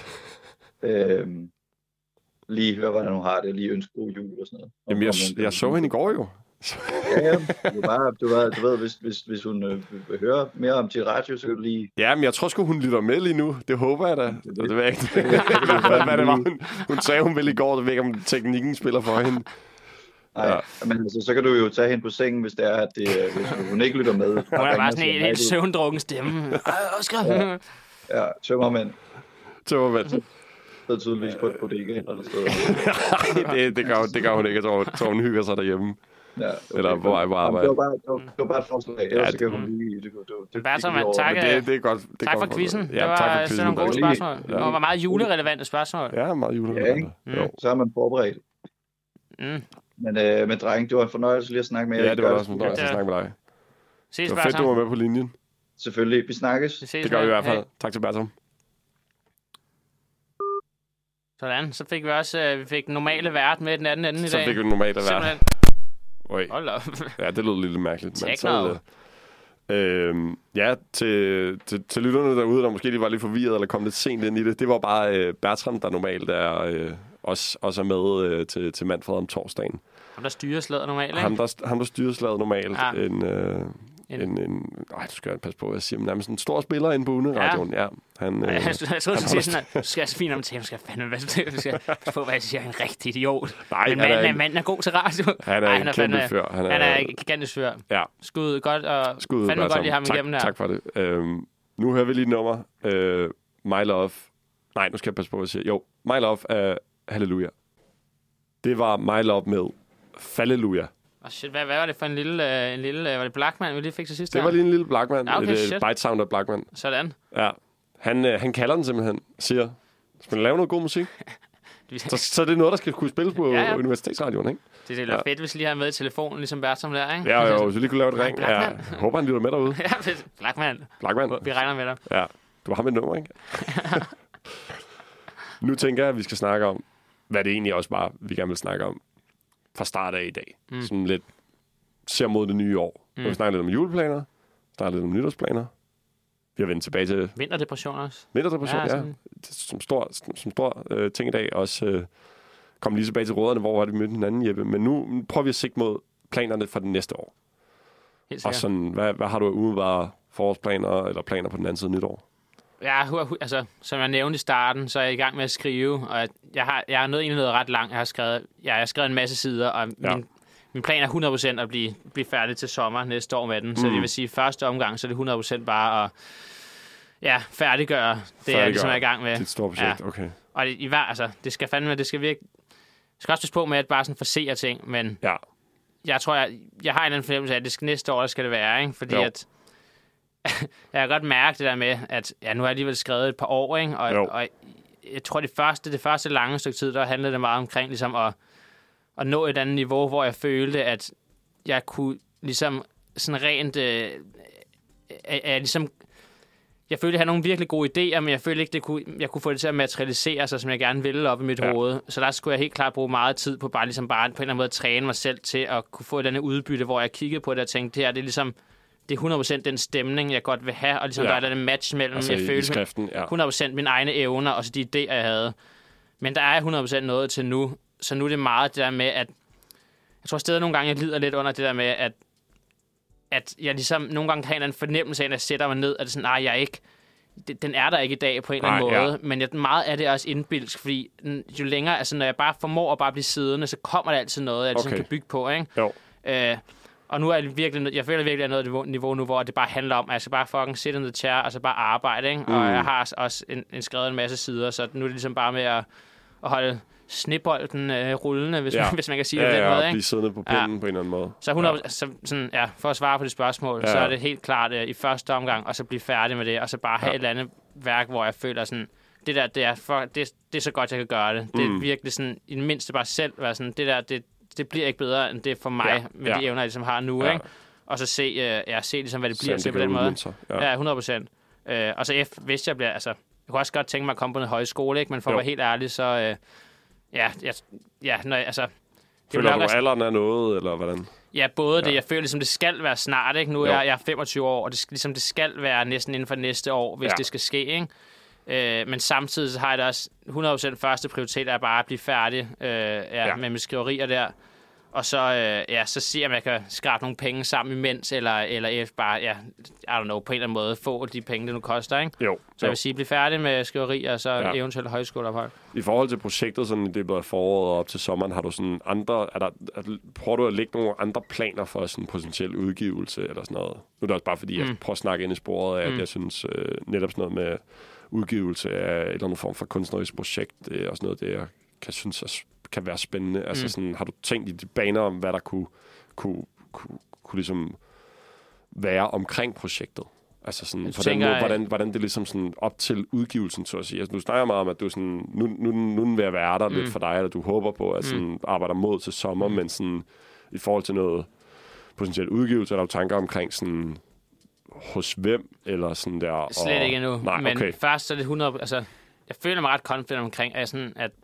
Lige høre, hvordan hun har det. Lige ønske god jul og sådan noget. Jamen, jeg så hende i går jo. Ja, du ved, hvis hun vil høre mere om til radio, så kan du lige... Ja, men jeg tror sgu, hun lytter med lige nu. Det håber jeg da. Det ved jeg ikke. Hvad det var, hun sagde, hun ville i går. Det ved ikke, om teknikken spiller for hende. Nej, men altså, så kan du jo tage hende på sengen, hvis det er, at hvis hun ikke lytter med. Hun er bare sådan en søvndrukken stemme. Oscar! Ja, tømmermænd. Tømmermænd. Det er tydeligvis på et bodega eller noget. det gør hun ikke. Jeg tror, hun hygger sig derhjemme. Ja, eller på vej på arbejde. Det var bare et forslag. Ellers så kan hun lige... Tak. Det er godt. Tak for quizzen. Det var sådan nogle gode spørgsmål. Det var meget julerelevante spørgsmål. Ja, meget julerelevante. Så er man forberedt. Men dreng, det var en fornøjelse lige at snakke med jer. Ja, det var også en fornøjelse at snakke med dig. Ses, det var fedt, du var med på linjen. Selvfølgelig. Vi snakkes. Det gør vi i hvert fald. Tak til Bertram. Sådan, så fik vi også normale vært med den anden ende i dag. Så fik vi den normale vært. Hold op. Ja, det lød lidt mærkeligt. Men så, til lytterne derude, der måske lige var lidt forvirret eller kom lidt sent ind i det, det var bare Bertram, der normalt er også er med til Manfred om torsdagen. Ham, der styrer slaget normalt, ikke? Ham, der styrer slaget normalt. Ja. Du skal passe på, hvad jeg siger, men nærmest en stor spiller inde på Uneradioen. Ja. Jeg tror, du siger sådan, at du skal så fint om til, du skal fandme passe på, hvad jeg siger, en rigtig idiot. Nej, men manden er god til radio. Han er en kæmpe fyr. Han er en gigantisk fyr. Ja. Skud godt, og fandme godt lige ham igennem der. Tak for det. Nu hører vi lige et nummer. My Love. Nej, nu skal jeg passe på, hvad jeg siger. Jo, My Love af Halleluja. Det var My Love med Falleluja. Shit, hvad var det for en lille var det Blackman, vi lige fik til sidst? Det var lige en lille Blackman. Ja, okay, et bite sound af Blackman. Sådan. Ja. Han kalder den simpelthen, siger, skal man lave noget god musik? så det er noget, der skal kunne spilles på Universitetsradioen, ikke? Det er fedt, hvis vi lige har med i telefonen, ligesom Bertram der, ikke? Ja, jo, så lige kunne lave et ring. Ja, håber, han lytter med derude. Ja, fedt. Blackman. Vi regner med dig. Ja, du har mit nummer, ikke? Nu tænker jeg, at vi skal snakke om, hvad det egentlig også bare, vi gerne vil snakke om fra start af i dag. Sådan lidt ser mod det nye år. Vi snakker lidt om juleplaner, snakker lidt om nytårsplaner. Vi har vendt tilbage til... Vinterdepression også. Vinterdepression, ja. Som stor ting i dag. Også kom lige tilbage til råderne, hvor var det mødte hinanden, Jeppe. Men nu prøver vi at sigte mod planerne for det næste år. Og sådan, hvad har du umiddelbart forårsplaner eller planer på den anden side nytår? Ja, altså, som jeg nævnte i starten, så er jeg i gang med at skrive, og jeg har egentlig noget ret langt. Jeg har skrevet en masse sider, og min plan er 100% at blive færdig til sommer næste år med den. Så det vil sige, første omgang, så er det 100% bare at færdiggøre det, jeg ligesom er i gang med. Det er et stort projekt, okay. Og det skal fandme, det skal virke... Jeg skal også passe på med at bare sådan forsere ting, men jeg tror, jeg har en anden fornemmelse af, at næste år skal det være, ikke? Fordi at jeg kan godt mærke det der med, at nu har jeg alligevel skrevet et par år, ikke? Og jeg tror, det første lange stykke tid, der handlede det meget omkring ligesom at nå et andet niveau, hvor jeg følte, at jeg kunne ligesom sådan rent... Jeg følte, at jeg havde nogle virkelig gode idéer, men jeg følte ikke, jeg kunne få det til at materialisere sig, som jeg gerne ville op i mit hoved. Så der skulle jeg helt klart bruge meget tid på bare på en eller anden måde at træne mig selv til at kunne få et andet udbytte, hvor jeg kiggede på det og tænkte, det er ligesom... Det er 100% den stemning, jeg godt vil have, og ligesom der er den match mellem, altså jeg følte 100% mine egne evner, og så de idéer, jeg havde. Men der er 100% noget til nu, så nu er det meget det der med, at jeg tror stadig nogle gange, jeg lider lidt under det der med, at jeg ligesom nogle gange har en fornemmelse af, at jeg sætter mig ned, at det sådan, nej, jeg er ikke, den er der ikke i dag på en eller anden måde, men meget af det er også indbilsk, fordi jo længere, altså når jeg bare formår at bare blive siddende, så kommer der altid noget, jeg ligesom kan bygge på, ikke? Jo. Og nu er jeg føler virkelig, at jeg er nået niveau nu, hvor det bare handler om, at jeg skal bare fucking sit in the chair, og så bare arbejde, ikke? Og jeg har også skrevet en masse sider, så nu er det ligesom bare med at holde snebolden rullende, hvis man kan sige det på den måde, ikke? Blive siddende på pinden på en eller anden måde. Så for at svare på det spørgsmål, så er det helt klart i første omgang, og så blive færdig med det, og så bare have et eller andet værk, hvor jeg føler sådan, det der, det er så godt, jeg kan gøre det. Det er virkelig sådan, i det mindste bare selv være sådan, det der, det bliver ikke bedre, end det for mig, med de evner, jeg ligesom har nu, ikke? Og så se ligesom, hvad det bliver til på den måde. Ja, 100%. Og så hvis jeg bliver, altså, jeg kunne også godt tænke mig at komme på en højskole, ikke? Men for at være helt ærlig, så, altså... Føler du, alderen er noget, eller hvordan? Ja, både det. Jeg føler ligesom, det skal være snart, ikke? Nu er jeg 25 år, og det skal være næsten inden for næste år, hvis det skal ske, ikke? Men samtidig så har jeg det også 100% første prioritet er bare at blive færdig med mine skriverier der. Og så, så se, om jeg kan skrabe nogle penge sammen imens, eller bare, I don't know, på en eller anden måde få de penge, det nu koster, ikke? Jo. Så jeg vil sige, blive færdig med skriverier, og så eventuelt højskoleophold. I forhold til projektet, sådan det bliver foråret op til sommeren, har du sådan andre, prøver du at lægge nogle andre planer for sådan en potentiel udgivelse, eller sådan noget? Nu er det også bare fordi, jeg prøver at snakke ind i sporet af, at jeg synes netop sådan noget med udgivelse af en eller anden form for kunstnerisk projekt, det er også noget, det jeg kan synes kan være spændende. Altså sådan, har du tænkt i de baner om, hvad der kunne ligesom være omkring projektet? Altså sådan, på den måde, hvordan det ligesom sådan op til udgivelsen, så at sige. Altså, du snakker meget om, at du sådan, nu vil jeg være der lidt for dig, eller du håber på, at sådan arbejder mod til sommer, men sådan, i forhold til noget potentielt udgivelse, er der jo tanker omkring sådan, hos hvem, eller sådan der? Slet ikke endnu. Nej, men okay. Først så er det 100... Altså, jeg føler mig ret confident omkring, at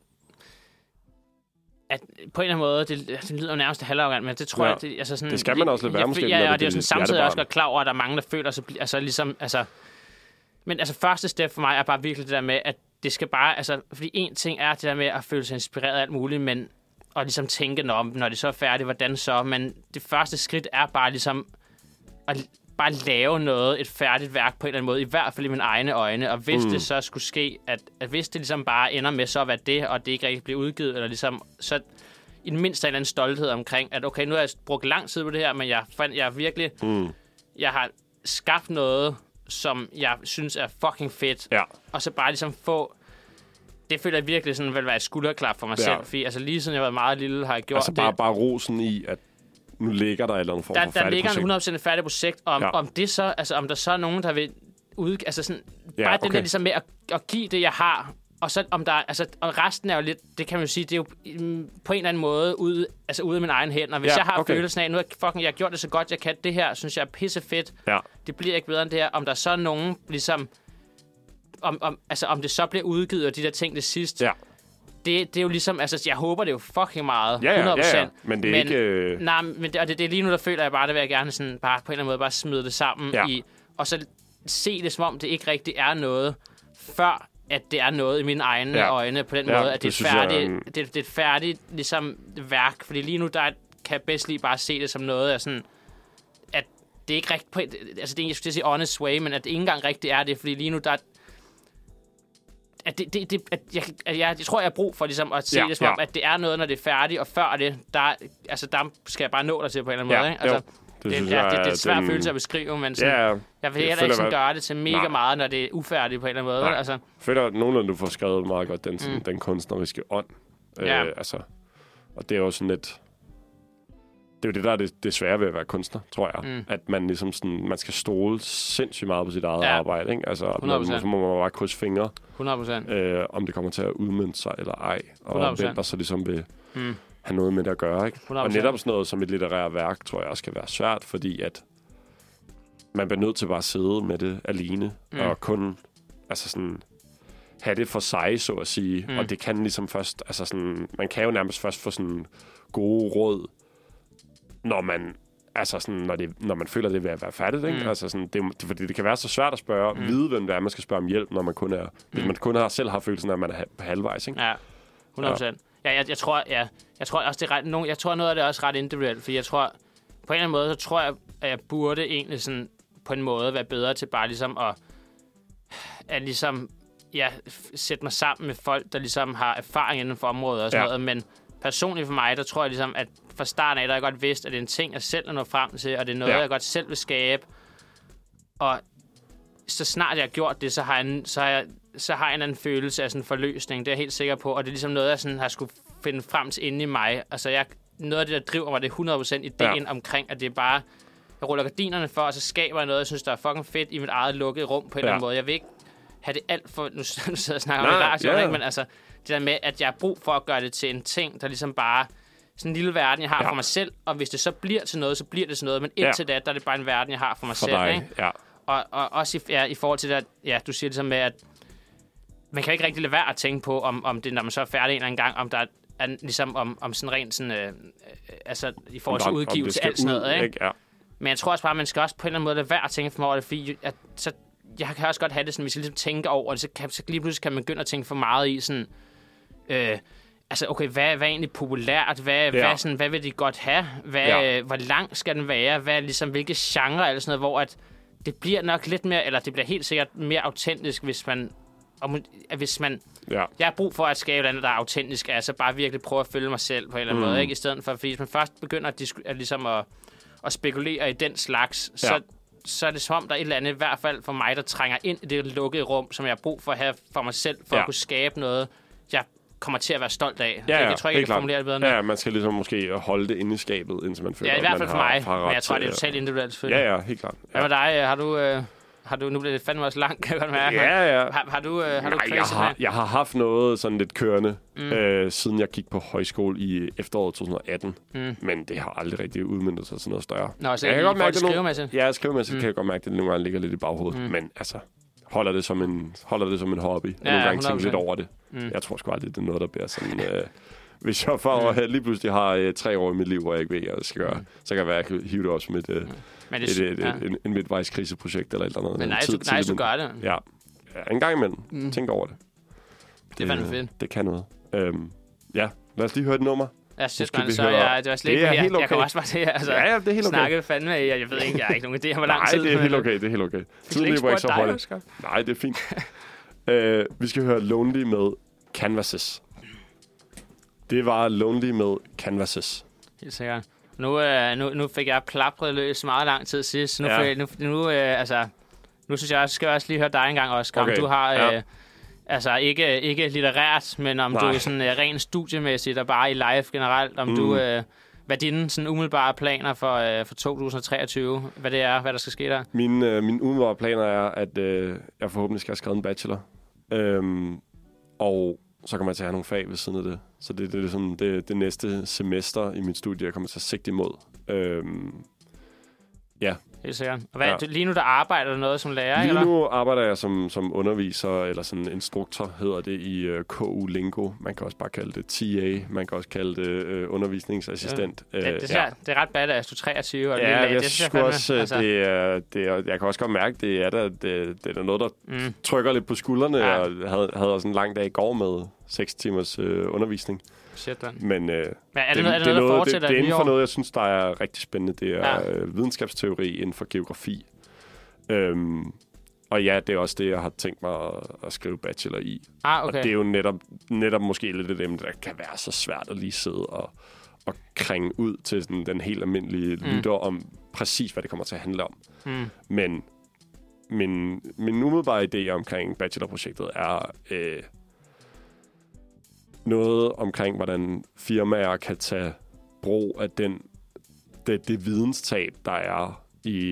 på en eller anden måde, det lyder jo nærmest halvarrogant, men det tror jeg... Det skal man også lidt være, måske. Ja, og det er jo sådan samtidig også godt klar over, at der er mange, der føler sig... Men første step for mig er bare virkelig det der med, at det skal bare... Altså, fordi en ting er det der med at føle sig inspireret af alt muligt, men... Og ligesom tænke, når det så er færdigt, hvordan så? Men det første skridt er bare ligesom... At bare lave noget, et færdigt værk på en eller anden måde, i hvert fald i mine egne øjne. Og hvis det så skulle ske, at hvis det ligesom bare ender med så at være det, og det ikke rigtig bliver udgivet, eller ligesom, så i den mindste en eller anden stolthed omkring, at okay, nu har jeg brugt lang tid på det her, men jeg virkelig, jeg har skabt noget, som jeg synes er fucking fedt. Ja. Og så bare ligesom få, det føler jeg virkelig sådan, vil være et skulderklap for mig selv, fordi altså lige siden jeg var meget lille, har jeg gjort altså det. bare rosen i, at nu ligger der et eller andet form for færdigt projekt. Der ligger en 100% færdigt projekt, om det så, altså om der så er nogen, der vil altså sådan, bare den der ligesom med at give det, jeg har, og så om der, altså, og resten er jo lidt, det kan man jo sige, det er jo på en eller anden måde ude af mine egne hænder. Hvis jeg har følelsen af, nu jeg har gjort det så godt, jeg kan, det her, synes jeg er pissefedt, det bliver ikke bedre end det her, om der så er nogen, ligesom, om det så bliver udgivet, og de der ting det sidste, det er jo ligesom, altså jeg håber det er jo fucking meget, 100%. Ja. Men det er ikke... Nej, men det er lige nu, der føler jeg bare, det vil jeg gerne sådan, bare på en eller anden måde bare smide det sammen i, og så se det som om, det ikke rigtig er noget, før at det er noget i mine egne øjne, på den måde, at det er færdigt, det er et færdigt ligesom værk, fordi lige nu, der kan jeg bedst lige bare se det som noget af sådan, at det ikke rigtigt... Altså, det er, jeg skulle sige honest way, men at det ikke engang rigtigt er det, fordi lige nu, der jeg tror, jeg har brug for ligesom, at se det som om, at det er noget, når det er færdigt, og før det, der skal jeg bare nå dig til på en eller anden måde. Ikke? Altså, det er et svært følelse at beskrive, men sådan, jeg vil heller ikke sådan gøre det til mega meget, når det er ufærdigt på en eller anden måde. Altså. Jeg føler, at nogenlunde du får skrevet meget godt den kunstneriske ånd. Altså, og det er jo sådan lidt... Det er jo det, der er det svære ved at være kunstner, tror jeg. At man ligesom sådan, man skal stole sindssygt meget på sit eget arbejde, ikke? Altså, så må man bare krydse fingre. 100%. Om det kommer til at udmønte sig eller ej. Og hvem der så ligesom vil have noget med det at gøre, ikke? 100%. Og netop sådan noget som et litterært værk, tror jeg også kan være svært, fordi at man bliver nødt til bare at sidde med det alene, og kun altså sådan, have det for sig, så at sige. Og det kan ligesom først, altså sådan, man kan jo nærmest først få sådan gode råd, når man altså sådan, når man føler, det er ved at være færdigt, ikke? Altså sådan, det, fordi det kan være så svært at spørge, vide, hvem det er, man skal spørge om hjælp, når man kun er, hvis man kun selv har følelsen af, at man er på halvvejs, ikke? Ja, 100%. Ja, jeg tror også, det er ret, jeg tror, noget af det er også ret individuelt, fordi jeg tror, på en eller anden måde, så tror jeg, at jeg burde egentlig sådan, på en måde være bedre til bare ligesom at ligesom, sætte mig sammen med folk, der ligesom har erfaring inden for området og sådan noget, men personligt for mig, der tror jeg ligesom, at fra starten af, der har jeg godt vidst, at det er en ting, jeg selv er nået frem til, og det er noget, jeg godt selv vil skabe. Og så snart jeg har gjort det, så har jeg en anden følelse af sådan en forløsning. Det er jeg helt sikker på, og det er ligesom noget, jeg sådan har skulle finde frem til inde i mig. Altså, noget af det, der driver mig, det er 100% ideen omkring, at det er bare, jeg ruller gardinerne for, og så skaber jeg noget, jeg synes, der er fucking fedt i mit eget lukkede rum på en eller anden måde. Jeg vil ikke have det alt for... Nu sidder jeg og snakker om det radio, ikke? Men altså, det der med, at jeg har brug for at gøre det til en ting, der ligesom bare... Sådan en lille verden, jeg har for mig selv, og hvis det så bliver til noget, så bliver det til noget. Men indtil da, der er det bare en verden, jeg har for mig selv. Ikke? Ja. Og også i forhold til det, du siger det så med, at man kan ikke rigtig lade være at tænke på, om det, når man så er færdig en eller anden gang, om der er ligesom om sådan rent sådan, altså i forhold til udgivelse, alt sådan noget. Ikke? Ja. Men jeg tror også bare, man skal også på en eller anden måde lade være at tænke for mig over det, fordi jeg kan også godt have det sådan, hvis jeg ligesom tænker over det, så lige pludselig kan man begynde at tænke for meget i sådan... Altså, okay, hvad er egentlig populært? Hvad vil de godt have? Hvor lang skal den være? Hvilke genre eller sådan noget, hvor at det bliver nok lidt mere, eller det bliver helt sikkert mere autentisk, hvis man... Jeg har brug for at skabe noget, der er autentisk, altså bare virkelig prøve at følge mig selv på en eller anden måde, ikke? I stedet for, fordi hvis man først begynder at spekulere i den slags, så er det som om, der er et eller andet, i hvert fald for mig, der trænger ind i det lukkede rum, som jeg har brug for at have for mig selv, for at kunne skabe noget, jeg kommer til at være stolt af. Jeg tror ikke, jeg kan formulere det bedre. Ja, man skal ligesom måske holde det inde i skabet, indtil man føler, i hvert fald for mig, men jeg tror, det er totalt individuelt selvfølgelig. Ja, helt klart. Hvad med dig? Har du nu bliver det fandme også langt, kan jeg godt mærke. Ja. Har du crazy jeg har haft noget sådan lidt kørende, siden jeg gik på højskole i efteråret 2018. Men det har aldrig rigtig udmøntet sig sådan noget større. Nå, så jeg kan godt mærke det skrivemæssigt? Ja, skrivemæssigt kan jeg godt mærke, at det nogle gange ligger lidt i baghovedet. Men altså, holder det som en hobby. Jeg nogle gange tænker lidt over det. Jeg tror sgu aldrig, det er noget, der bliver sådan... hvis jeg lige pludselig har 3 år i mit liv, hvor jeg ikke ved, hvad jeg skal gøre, så kan det være, at jeg kan hive det også med en midtvejskriseprojekt eller et eller andet. Men nej, du gør det. Ja, en gang imellem. Tænk over det. Det er fandme fedt. Det kan noget. Lad os lige høre et nummer. Jeg synes, det var slet ikke helt okay. Jeg kan også bare det her. Altså, det er helt okay. Snakke fandme af. Jeg ved ikke, jeg har ikke nogen idé om, hvor lang tid. Nej, det er helt okay. Tiden løber ikke så hurtigt. Nej, det er fint. Vi skal høre Lonely med Canvases. Det var Lonely med Canvases. Helt sikkert. Nu fik jeg plapret løs meget lang tid sidst. Nu synes jeg også, skal jeg også lige høre dig en gang, Oscar. Okay. Du har... Altså ikke litterært, men om du er sådan rent studiemæssigt og bare i live generelt, om du hvad dine sådan umiddelbare planer for 2023, hvad det er, hvad der skal ske der? Mine umiddelbare planer er, at jeg forhåbentlig skal have skrevet en bachelor, og så kommer jeg til at have nogle fag ved siden af det. Så det er ligesom det næste semester i mit studie, jeg kommer til at sigte imod. Helt sikkert. Og lige nu der arbejder du noget som lærer, eller? Lige nu arbejder jeg som underviser, eller sådan instruktor, hedder det i KU Lingo. Man kan også bare kalde det TA. Man kan også kalde det undervisningsassistent. Det er ret badass, du er 23. Og jeg synes også, jeg kan også godt mærke, det er noget, der trykker lidt på skuldrene. Jeg havde også en lang dag i går med 6 timers undervisning. Shit, man. Men er det noget, der fortsætter? Det er inden for noget, jeg synes, der er rigtig spændende. Det er videnskabsteori inden for geografi. Og ja, det er også det, jeg har tænkt mig at skrive bachelor i. Ah, okay. Og det er jo netop måske lidt af dem, der kan være så svært at lige sidde og krænge ud til sådan den helt almindelige lytter om præcis, hvad det kommer til at handle om. Men min umiddelbare idé omkring bachelorprojektet er noget omkring, hvordan firmaer kan tage brug af det videnstab, der er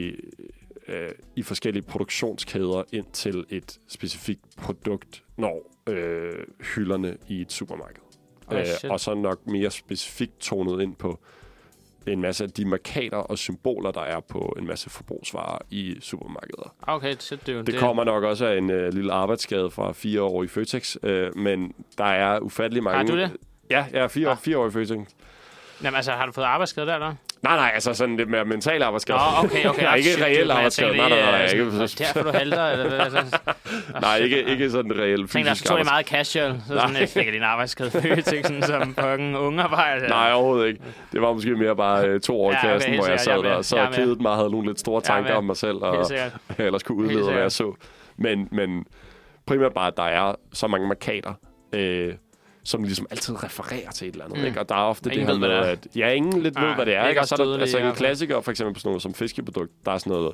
i forskellige produktionskæder ind til et specifikt produkt, når hylderne i et supermarked. Og så nok mere specifikt tonet ind på en masse af de markader og symboler, der er på en masse forbrugsvarer i supermarkeder. Okay, det kommer nok også af en lille arbejdsskade fra 4 år i Føtex, men der er ufattelig mange... Har du det? Ja, jeg er 4 år i Føtex. Jamen altså, har du fået arbejdsskade der, eller? Nej, altså sådan lidt mere mental arbejdsskade. Okay. Ikke reelt arbejdsskade. Nej. Ikke. Derfor du halter, eller hvad? Nej, ikke sådan reelt fysisk arbejdsskade. Jeg tror, det er meget casual. Så sådan, jeg fik din arbejdsskade Føtex, som fucking ungearbejde. Nej, overhovedet ikke. Det var måske mere bare 2 år i klassen, hvor jeg sad der og så kedet mig og havde nogle lidt store tanker om mig selv, og jeg ellers kunne udlede, hvad jeg så. Men primært bare, at der er så mange markader, som ligesom altid refererer til et eller andet. Ikke? Og der er ofte det her med, at ingen lidt ved, hvad det er. Ikke? Og så er der altså en klassiker, for eksempel på sådan noget som fiskeprodukt, der er sådan noget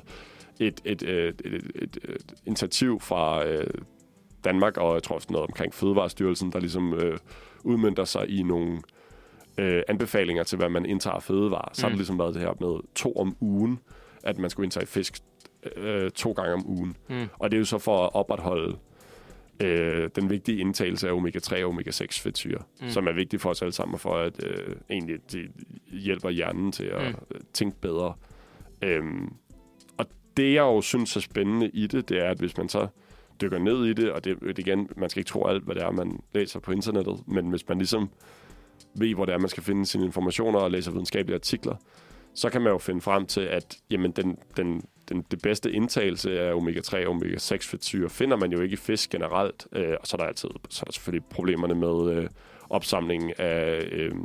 et initiativ fra Danmark, og jeg tror også noget omkring Fødevarestyrelsen, der ligesom udmønter sig i nogle anbefalinger til, hvad man indtager af fødevarer. Så har det ligesom været det her med 2 om ugen, at man skulle indtage fisk 2 gange om ugen. Og det er jo så for at opretholde den vigtige indtagelse af omega-3 og omega-6 fedtsyre, som er vigtigt for os alle sammen, for at egentlig det hjælper hjernen til at tænke bedre. Og det, jeg jo synes er spændende i det, det er, at hvis man så dykker ned i det, og det igen, man skal ikke tro alt, hvad det er, man læser på internettet, men hvis man ligesom ved, hvor det er, man skal finde sine informationer og læser videnskabelige artikler, så kan man jo finde frem til, at jamen, det bedste indtagelse af omega-3 og omega-6 fedtsyre finder man jo ikke i fisk generelt. Og så er der selvfølgelig problemerne med opsamlingen af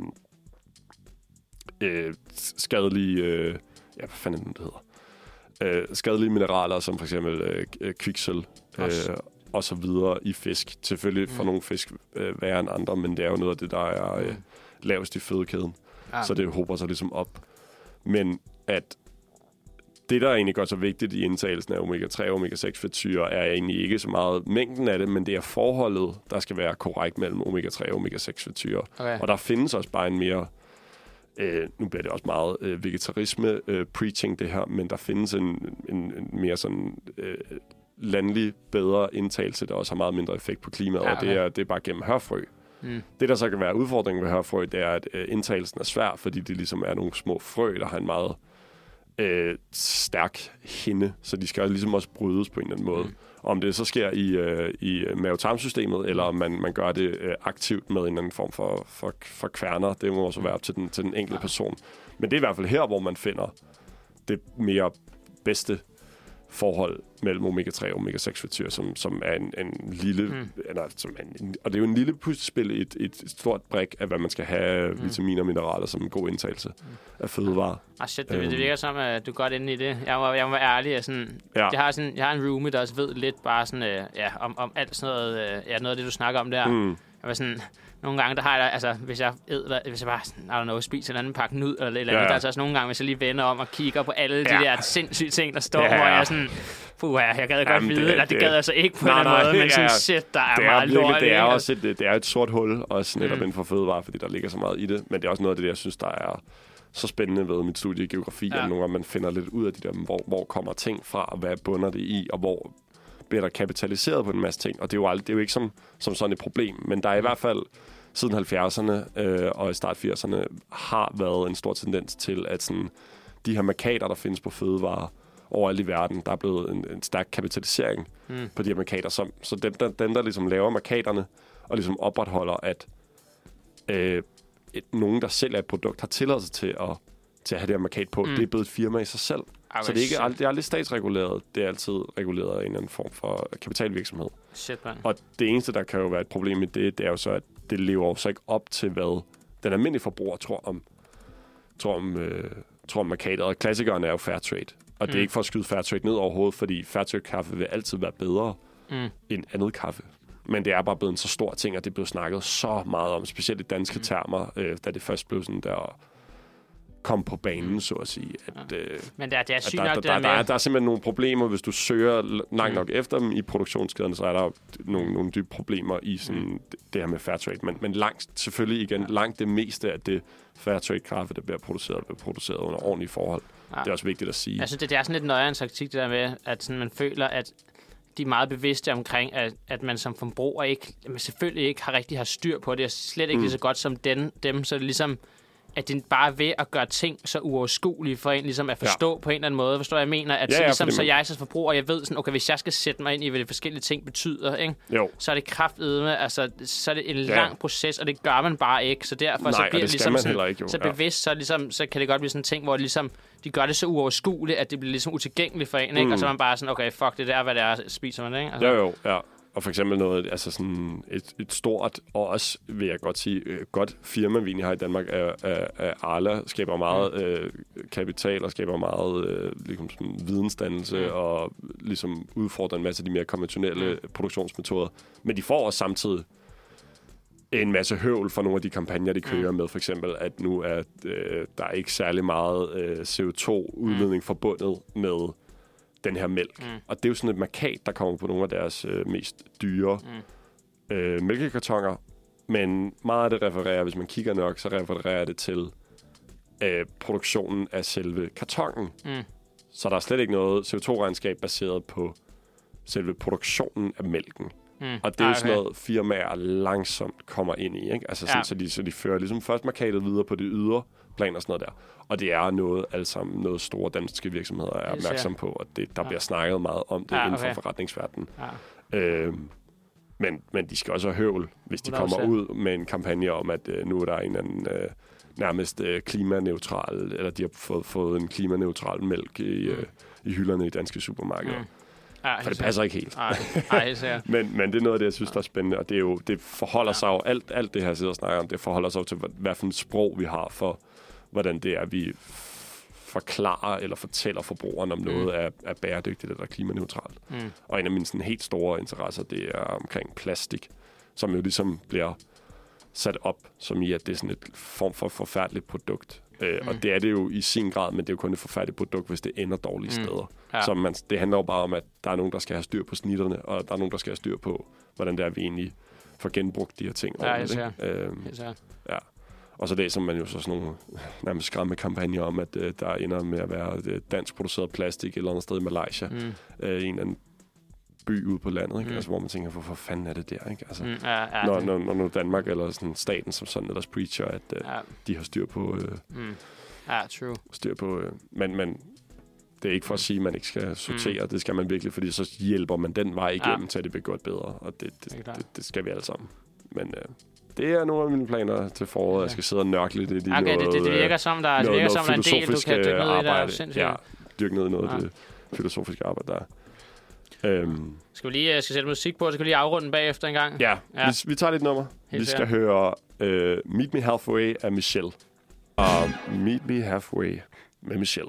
skadelige... hvad fanden det hedder? Skadelige mineraler, som for eksempel kviksølv og så videre i fisk. Selvfølgelig for nogle fisk værre end andre, men det er jo noget af det, der er lavest i fødekæden. Så det hober sig ligesom op. Men at det, der egentlig gør så vigtigt i indtagelsen af omega-3 og omega-6 fedtsyre, er egentlig ikke så meget mængden af det, men det er forholdet, der skal være korrekt mellem omega-3 og omega-6 fedtsyre. Okay. Og der findes også bare en mere, nu bliver det også meget vegetarisme-preaching det her, men der findes en mere sådan landlig, bedre indtagelse, der også har meget mindre effekt på klimaet, og det er bare gennem hørfrø. Det, der så kan være udfordringen ved hørfrø, det er, at indtagelsen er svær, fordi det ligesom er nogle små frø, der har en meget stærk hinde, så de skal ligesom også brydes på en eller anden måde. Om det så sker i mavetarmsystemet, eller om man gør det aktivt med en eller anden form for kværner, det må også være op til den enkelte person. Men det er i hvert fald her, hvor man finder det mere bedste forhold mellem omega-3 og omega-6 fedtsyre, som er en lille... og det er jo en lille puslespil i et stort brik af, hvad man skal have vitaminer og mineraler som en god indtagelse af fødevarer. Det virker som, at du er godt inde i det. Jeg må være ærlig. Jeg har en roomie, der også ved lidt bare sådan, om alt sådan noget, noget af det, du snakker om der. Jeg var sådan... Nogle gange, der har jeg, altså, hvis jeg bare sådan, spiser en anden pakke nud, eller et eller andet, der er altså også nogle gange, hvis jeg lige vender om og kigger på alle de der sindssyge ting, der står, hvor jeg er sådan, jeg gad godt vide, eller det gad jeg så ikke på en eller anden måde, men sådan, shit, der er meget lort. Det er også et sort hul, også netop inden for fødevarer, fordi der ligger så meget i det, men det er også noget af det, jeg synes, der er så spændende ved mit studie i geografi, at nogle gange man finder lidt ud af de der, hvor kommer ting fra, og hvad bunder det i, og hvor bliver der kapitaliseret på en masse ting, og det er jo ikke som sådan et problem, men der er i hvert fald siden 70'erne og i start 80'erne har været en stor tendens til, at sådan, de her markader, der findes på fødevarer overalt i verden, der er blevet en stærk kapitalisering på de her markader. Så dem, der ligesom laver markaderne og ligesom opretholder, at nogen, der sælger et produkt, har tilladelse til at have det her markat på, det er blevet et firma i sig selv. Så det er aldrig statsreguleret. Det er altid reguleret af en eller anden form for kapitalvirksomhed. Shit, man. Og det eneste, der kan jo være et problem i det er jo så, at det lever jo så ikke op til, hvad den almindelige forbruger tror om markedet. Og klassikeren er jo fair trade. Og det er ikke for at skyde Fairtrade ned overhovedet, fordi Fairtrade-kaffe vil altid være bedre end andet kaffe. Men det er bare blevet en så stor ting, at det blev snakket så meget om, specielt i danske termer, da det først blev sådan der kom på banen, så at sige. Men det er sygt nok det der med... Der er simpelthen nogle problemer, hvis du søger langt nok efter dem i produktionskæden, så er der nogle dybe problemer i sådan det her med Fairtrade. Men selvfølgelig igen, langt det meste af det Fairtrade-kaffe, der bliver produceret under ordentlige forhold. Ja. Det er også vigtigt at sige. Jeg synes, det er sådan lidt nøjere en taktik, det der med, at sådan, man føler, at de er meget bevidste omkring, at man som forbruger selvfølgelig ikke har styr på det, og slet ikke lige så godt som dem, så det er ligesom, at det bare er ved at gøre ting så uoverskuelige for en ligesom at forstå på en eller anden måde. Forstår jeg mener? At så jeg som forbruger, jeg ved sådan, okay, hvis jeg skal sætte mig ind i, hvad de forskellige ting betyder, ikke? Så er det kraftedeme, altså, så er det en lang proces, og det gør man bare ikke. Så derfor så bliver det ligesom sådan, ikke, så bevidst, så kan det godt blive sådan en ting, hvor det ligesom, de gør det så uoverskueligt, at det bliver ligesom utilgængeligt for en, ikke? Og så er man bare sådan, okay, fuck, det der, hvad det er, spiser man, ikke? Altså. Ja. Og for eksempel noget, altså sådan et stort, og også, vil jeg godt sige, godt firma, vi egentlig har i Danmark, er Arla, skaber meget kapital og skaber meget ligesom sådan, vidensdannelse og ligesom udfordrer en masse af de mere konventionelle produktionsmetoder. Men de får også samtidig en masse høvl for nogle af de kampagner, de kører med. For eksempel, at nu er der er ikke særlig meget CO2-udledning forbundet med den her mælk. Og det er jo sådan et markat, der kommer på nogle af deres mest dyre mælkekartoner. Men meget af det refererer, hvis man kigger nok, så refererer det til produktionen af selve kartongen. Så der er slet ikke noget CO2-regnskab baseret på selve produktionen af mælken. Og det er jo sådan noget, firmaer langsomt kommer ind i. Ikke? Altså sådan, så de fører ligesom først markatet videre på det ydre plan og sådan noget der. Og det er noget, alle sammen, noget store danske virksomheder er opmærksom på, og der bliver snakket meget om det inden for forretningsverdenen. Men de skal også have høvl, hvis de kommer ud med en kampagne om, at nu er der en eller anden nærmest klimaneutral, eller de har fået en klimaneutral mælk i hylderne i danske supermarkeder. For det passer ikke helt. Men det er noget af det, jeg synes, der er spændende, og det forholder sig jo, alt det her sidder og snakker om, det forholder sig jo til, hvad for et sprog vi har for, hvordan det er, vi forklarer eller fortæller forbrugeren, om noget er bæredygtigt eller klimaneutralt. Og en af mine sådan helt store interesser, det er omkring plastik, som jo ligesom bliver sat op, som i, at det er sådan et form for forfærdeligt produkt. Og det er det jo i sin grad, men det er jo kun et forfærdeligt produkt, hvis det ender dårlige steder. Så det handler jo bare om, at der er nogen, der skal have styr på snitterne, og der er nogen, der skal have styr på, hvordan det er, vi egentlig får genbrugt de her ting. Og så læser man jo så sådan nogle nærmest skræmme kampagner om, at der ender med at være dansk produceret plastik et eller andet sted i Malaysia. En eller anden by ude på landet, ikke? Altså, hvor man tænker, hvorfor fanden er det der? Ikke? Altså, når Danmark eller sådan staten som sådan ellers preacher, at de har styr på... true. Styr på... Men det er ikke for at sige, at man ikke skal sortere. Det skal man virkelig, fordi så hjælper man den vej igennem til, at det bliver gjort bedre. Og det skal vi alle sammen. Men... det er nogle af mine planer til foråret. Jeg skal sidde og nørkle lidt i det virker som, der er en del, du kan dykke ned i der. Ja, dykke ned i noget af det filosofiske arbejde, der Skal vi sætte musik på, og så skal vi lige afrunde den bagefter en gang? Ja. Vi tager lidt nummer. Vi skal høre Meet Me Halfway af Michelle. Og Meet Me Halfway med Michelle.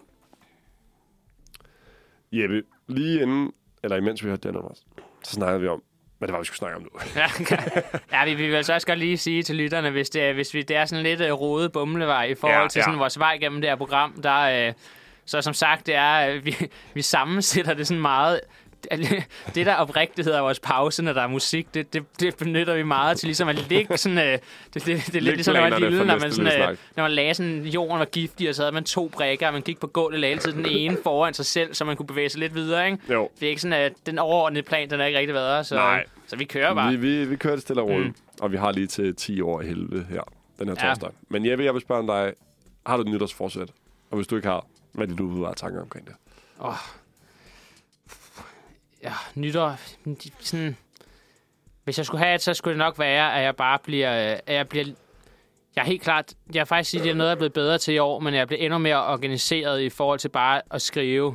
Jeppe, lige inden, eller imens vi hørte den nummer, så snakkede vi om, hvad det var, vi skulle snakke om nu. Vi vil så også godt lige sige til lytterne, hvis det er sådan lidt rodet bumlevej i forhold til sådan vores vej gennem det her program, der så som sagt, det er, vi sammensætter det sådan meget. Det der oprigtighed af vores pause, når der er musik, det benytter vi meget til ligesom at ligge sådan... det er lidt ligesom, når man var lille, når man lagde sådan, jorden var giftig, og så havde man 2 brækker, og man gik på gulvet, lagde altid den ene foran sig selv, så man kunne bevæge sig lidt videre, ikke? Jo. Det er ikke sådan, at den overordnede plan, den er ikke rigtig været, så vi kører bare. Vi kører det stille og roligt, og vi har lige til 10 år i helvede her, den her torsdag. Men Jeppe, jeg vil spørge dig, har du et nytårsforsæt? Og hvis du ikke har, hvad er det, du har tanker omkring det? Ja, nytår, sådan, hvis jeg skulle have et, så skulle det nok være, at jeg bare bliver, jeg er helt klart, jeg har faktisk sige, at det er noget, jeg er blevet bedre til i år, men jeg bliver endnu mere organiseret i forhold til bare at skrive,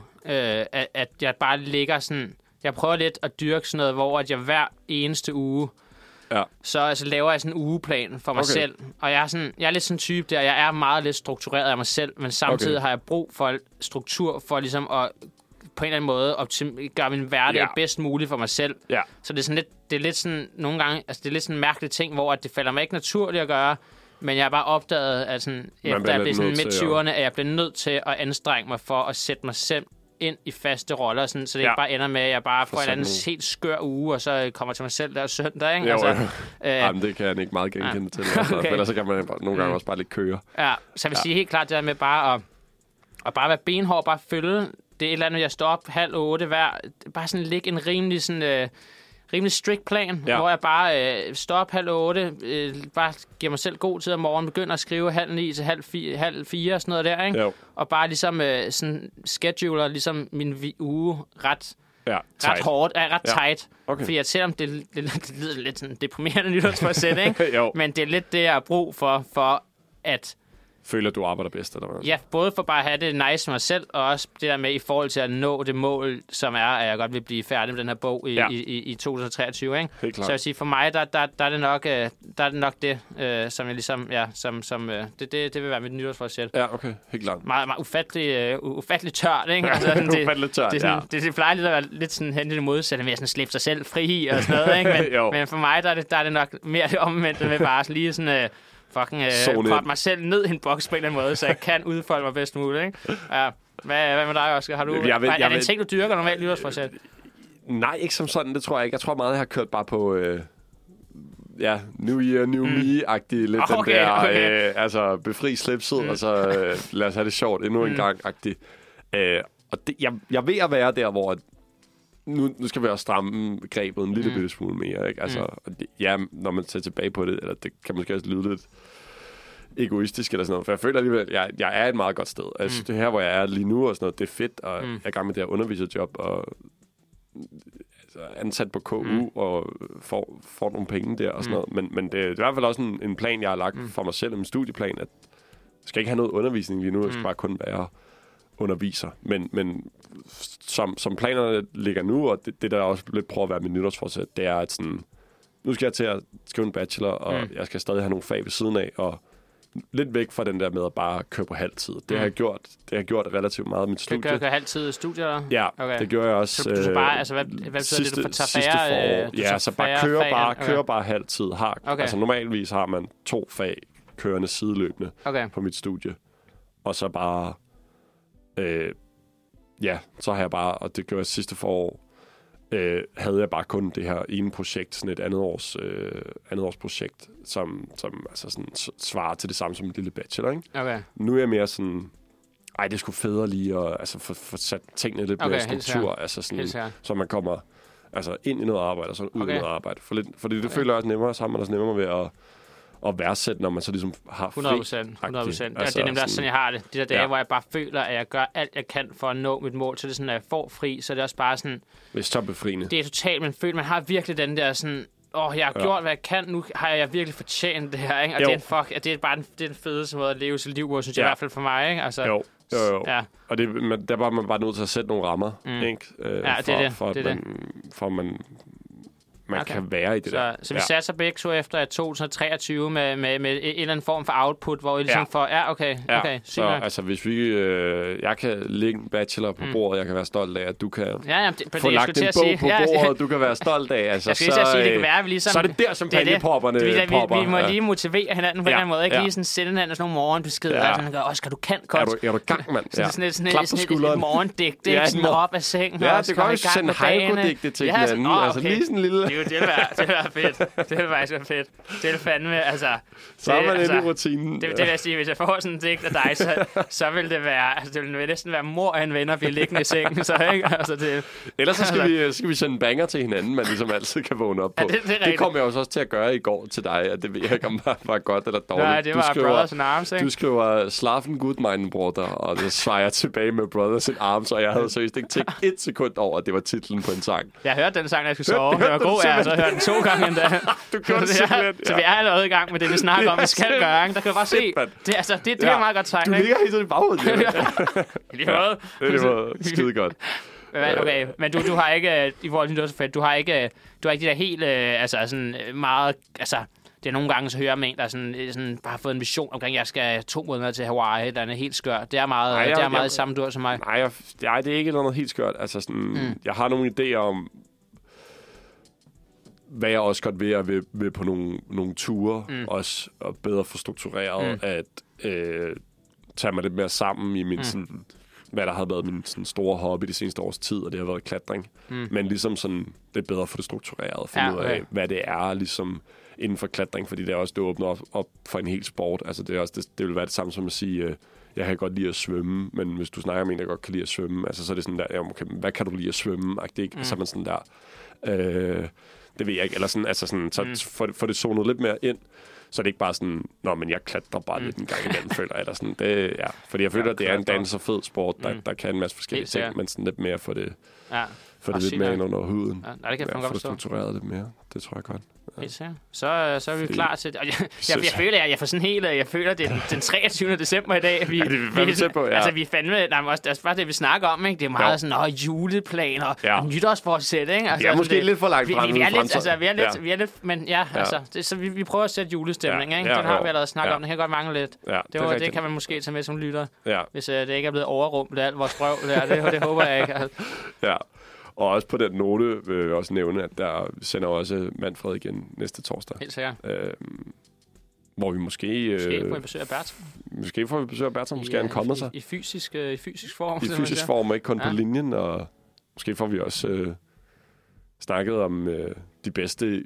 at jeg bare ligger sådan, jeg prøver lidt at dyrke sådan noget, hvor at jeg hver eneste uge Ja. så altså, laver jeg sådan en ugeplan for mig selv. Og jeg er lidt sådan en type der, jeg er meget lidt struktureret af mig selv, men samtidig har jeg brug for struktur for ligesom at på en eller anden måde gøre min hverdag bedst muligt for mig selv. Ja. Så det er lidt sådan nogle gange, altså det er lidt sådan en mærkelig ting, hvor det falder mig ikke naturligt at gøre, men jeg har bare opdaget, at sådan, efter jeg blev sådan midt-20'erne, at jeg blev nødt til at anstrenge mig for at sætte mig selv ind i faste roller, sådan, så det ikke bare ender med, at jeg bare får en anden helt skør uge, og så kommer til mig selv der søndag, ikke? Jo, jamen, det kan jeg ikke meget genkende til. Altså. Okay. Ellers så kan man nogle gange også bare lidt køre. Ja, så jeg vil sige helt klart det der med bare at bare være benhård, bare følge. Det er et eller andet, jeg står op 7:30 hver. Bare sådan ligge en rimelig sådan... rimelig strict plan, hvor jeg bare står op 7:30, bare giver mig selv god tid om morgenen, begynder at skrive 8:30 til 3:30 og sådan noget der, ikke? Jo. Og bare ligesom sådan scheduler ligesom min uge ret hårdt, ret tight. Okay. Fordi at selvom det lyder lidt sådan deprimerende nytårsforsæt, ikke? Men det er lidt det, jeg har brug for at føler, du arbejder bedst, eller hvad? Ja, både for bare at have det nice med mig selv, og også det der med i forhold til at nå det mål, som er, at jeg godt vil blive færdig med den her bog i 2023, ikke? Helt klart. Så jeg vil sige, for mig, der er det nok det, som jeg ligesom, det vil være mit nytårsforsæt. Ja, okay, helt klart. Meget ufattelig tørt, ikke? Altså, ufattelig tørt, det plejer lidt at være lidt sådan hen til det modsatte, med at sådan slippe sig selv fri og sådan noget, ikke? Men for mig, der er det nok mere det omvendte med bare lige sådan... fucking proppe mig selv ned i en boks på en eller anden måde, så jeg kan udfolde mig bedst muligt, ikke? Ja. Hvad med dig, Oscar? Har du, er det en ting, du dyrker normalt nytårsforsæt? Nej, ikke som sådan, det tror jeg ikke. Jeg tror meget, jeg har kørt bare på... New Year, New Me-agtig lidt den der, altså befri slipset, og så lad os have det sjovt endnu en gang-agtig. Og det, jeg er ved at være der, hvor nu skal vi også stramme grebet en lille smule mere, ikke? Altså, når man ser tilbage på det, eller det kan måske også lyde lidt egoistisk eller sådan noget, for jeg føler alligevel, at jeg er et meget godt sted. Altså, det her, hvor jeg er lige nu og sådan noget, det er fedt, og jeg er i gang med det her underviserjob, og altså, ansat på KU, og får nogle penge der og sådan noget. Men det er i hvert fald også en plan, jeg har lagt for mig selv, en studieplan, at jeg skal ikke have noget undervisning lige nu, jeg skal bare kun være underviser. Men som planerne ligger nu, og det der også lidt prøver at være mit nytårsforsæt, det er, at sådan, nu skal jeg til at skrive en bachelor, og jeg skal stadig have nogle fag ved siden af, og lidt væk fra den der med at bare køre på halvtid. Det har jeg gjort relativt meget af mit studie. Kan du køre halvtid studier? Ja, okay. Det gjorde jeg også. Så bare, altså, hvad betyder det, du får tage færre? Ja, så bare kører bare halvtid. Altså normalvis har man 2 fag kørende sideløbende på mit studie. Og så bare... så har jeg bare, og det gjorde jeg sidste forår, havde jeg bare kun det her ene projekt, sådan et andet års projekt, som altså sådan svarer til det samme som en lille bachelor, ikke? Okay. Nu er jeg mere sådan, det er sgu federe lige at altså, få sat tingene lidt mere struktur, altså sådan, så man kommer altså ind i noget arbejde, og så ud i noget arbejde. Fordi det føler jeg også nemmere, så har man også nemmere ved at værdsætte, når man så ligesom har 100%. Altså, det er nemlig også sådan, jeg har det. De der dage, hvor jeg bare føler, at jeg gør alt, jeg kan for at nå mit mål. Så det er sådan, at jeg får fri, så det er også bare sådan... Det er så befriende. Det er totalt, man har virkelig den der sådan... jeg har gjort, hvad jeg kan. Nu har jeg virkelig fortjent det her, ikke? Og det er bare den fedeste måde at leve sit liv på, synes jeg i hvert fald for mig, ikke? Altså, Jo. Ja. Og der var man bare nødt til at sætte nogle rammer, ikke? For man kan være i det der. Så vi satser begge så efter 2023 med en eller anden form for output, hvor vi ligesom får... Okay. Så altså, hvis jeg kan lægge en bachelor på bordet, jeg kan være stolt af, at du kan få lagt en bog på bordet, du kan være stolt af. Altså, jeg skal lige sige, det kan være, vi ligesom... Så er det der, som pengeproperne popper. Vi må lige motivere hinanden på en eller anden måde. Ikke lige sådan sende hinanden sådan nogle morgenbeskeder. Sådan gør, Oscar, du kan godt. Er du gang, mand? Sådan et morgendigt, ikke? Sådan op af sengen. Ja, det kan også sende hejko-digte til hinanden. Altså lige sådan en lille... Det vil være fedt. Det vil faktisk være fedt. Det vil fandme, altså... Så er man inde i rutinen. Det vil jeg sige, hvis jeg får sådan en digt af dig, så vil det være... Altså, det vil næsten være mor af en venner, bliver liggende i sengen, så ikke? Altså, ellers så skal vi sende en banger til hinanden, man ligesom altid kan vågne op på. Det kom jeg også til at gøre i går til dig, at det ved jeg ikke, om det var godt eller dårligt. Nej, det var Brothers in Arms, ikke? Du skriver, Slaven gut, mein Bruder, og så svarer jeg tilbage med Brothers in Arms, og jeg havde seriøst ikke tænkt 1 sekund over, at det var titlen på en sang. Jeg hørte den sang, da jeg skulle sove. Det var god, så hørte den 2 gange endda. Du gjorde det simpelthen. Så vi er allerede i gang med det, vi snakker om, vi skal gøre. Der kan du bare se. Det er meget godt tegn. Du ligger helt sådan i baghovedet. Det var skide godt. Okay, men du har ikke, i forhold til nytårsforsæt, du har ikke de der helt, altså sådan meget, altså... Det er nogle gange, så hører man en, der sådan bare har fået en vision omkring, at jeg skal 2 måneder til Hawaii, der er helt skørt. Det er meget samme dur som mig. Nej, det er ikke noget helt skørt. Altså sådan, jeg har nogle idéer om, hvad jeg også godt vil på nogle ture, også og bedre få struktureret, at tage mig lidt mere sammen i min sådan, hvad der har været min sådan, store hobby de seneste års tid, og det har været klatring. Men ligesom sådan, det er bedre at få det struktureret, finde ud af, hvad det er, ligesom inden for klatring, fordi det er også, det åbner op for en hel sport. Altså det er også, det vil være det samme som at sige, jeg kan godt lide at svømme, men hvis du snakker med en, der godt kan lide at svømme, altså så er det sådan der, okay, hvad kan du lide at svømme? Så er man sådan der, det ved jeg ikke, eller sådan, altså sådan, så får det zonet lidt mere ind, så er det ikke bare sådan, men jeg klatrer bare lidt en gang imellem, føler jeg, eller sådan, det, ja, fordi jeg føler, at det er en dans og fed sport, der kan en masse forskellige ting, men sådan lidt mere for det, lidt mere ind under huden. Ja, det kan få det struktureret lidt mere, det tror jeg godt. Ja. Så er vi klar til det. Jeg føler, jeg får sådan helt, jeg føler, det er den 23. december i dag. Vi fandme, også bare det, vi snakker om, ikke? Det er meget sådan, juleplaner og nytårsforsæt, ikke? Altså, ja, måske lidt for langt frem. Vi er lidt, men altså, så vi prøver at sætte julestemning, ikke? Den har vi allerede snakket om, den kan godt mangle lidt. Det kan man måske tage med som lytter, hvis det ikke er blevet overrumplet alt vores brøv der. Det håber jeg ikke. Ja. Og også på den note vil jeg også nævne, at der sender også Manfred igen næste torsdag. Helt sikkert. Hvor vi måske får vi besøg af Bertram. Måske får vi besøg af Bertram, måske han kommet sig. I fysisk form. I fysisk form, og ikke kun på linjen. Og måske får vi også snakket om de bedste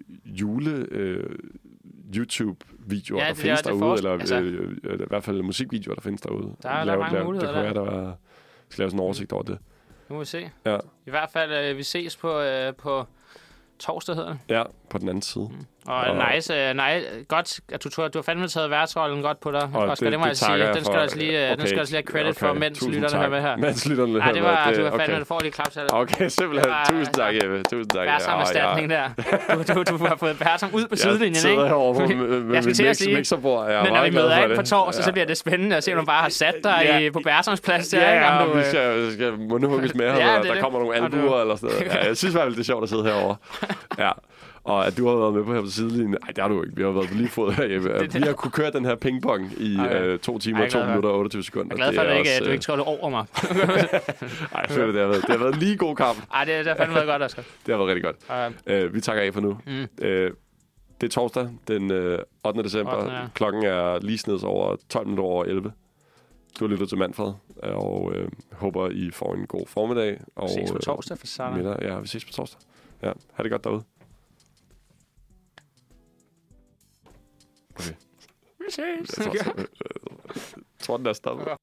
YouTube-videoer, der findes derude. Eller i hvert fald musikvideoer, der findes derude. Der er mange muligheder der. Det kunne være, der skal lave sådan en oversigt over det. Nu må vi se. Ja. I hvert fald, vi ses på torsdag, hedder det. Ja, på den anden side. Og nice, godt, at du har fandme taget værtsrollen godt på dig, Oscar. Det må jeg sige. Den skal også lige have credit for, mens lytterne hører med her. Mens lytterne hører med. Nej, det var fandme, du får lige klaps af det. Okay, simpelthen. Tusind tak, Jeppe. Tusind tak. Bertram-erstatning der. Du har fået Bertram ud på sidelinjen, ikke? Jeg sidder herovre med mixerbord. Men når vi møder ind på torsdag, så bliver det spændende at se, om du bare har sat dig på Bertrams plads der. Ja, vi skal mundhugges med her, og der kommer nogle albuer eller sådan noget. Jeg synes faktisk, det er sjovt at sidde herovre. Ja. Og at du har været med på her på sidelinjen. Nej, det har du ikke. Vi har været på lige fod her, Jeppe. Vi har kunne køre den her pingpong i 2 timer, 2 minutter og 28 sekunder. Jeg er glad for, at du ikke trådte over mig. Nej, jeg føler, det har været en lige god kamp. Nej, det har fandme været godt, Oscar. Det har været rigtig godt. Vi takker af for nu. Det er torsdag, den 8. december. Klokken er lige sneds over 12 minutter over 11. Du har lyttet til Manfred, og håber, I får en god formiddag. Vi ses på torsdag for sammen. Ja, vi ses på torsdag. Ja, ha' det godt derude. Okay. Vi ses. Jeg tror, den er stoppet.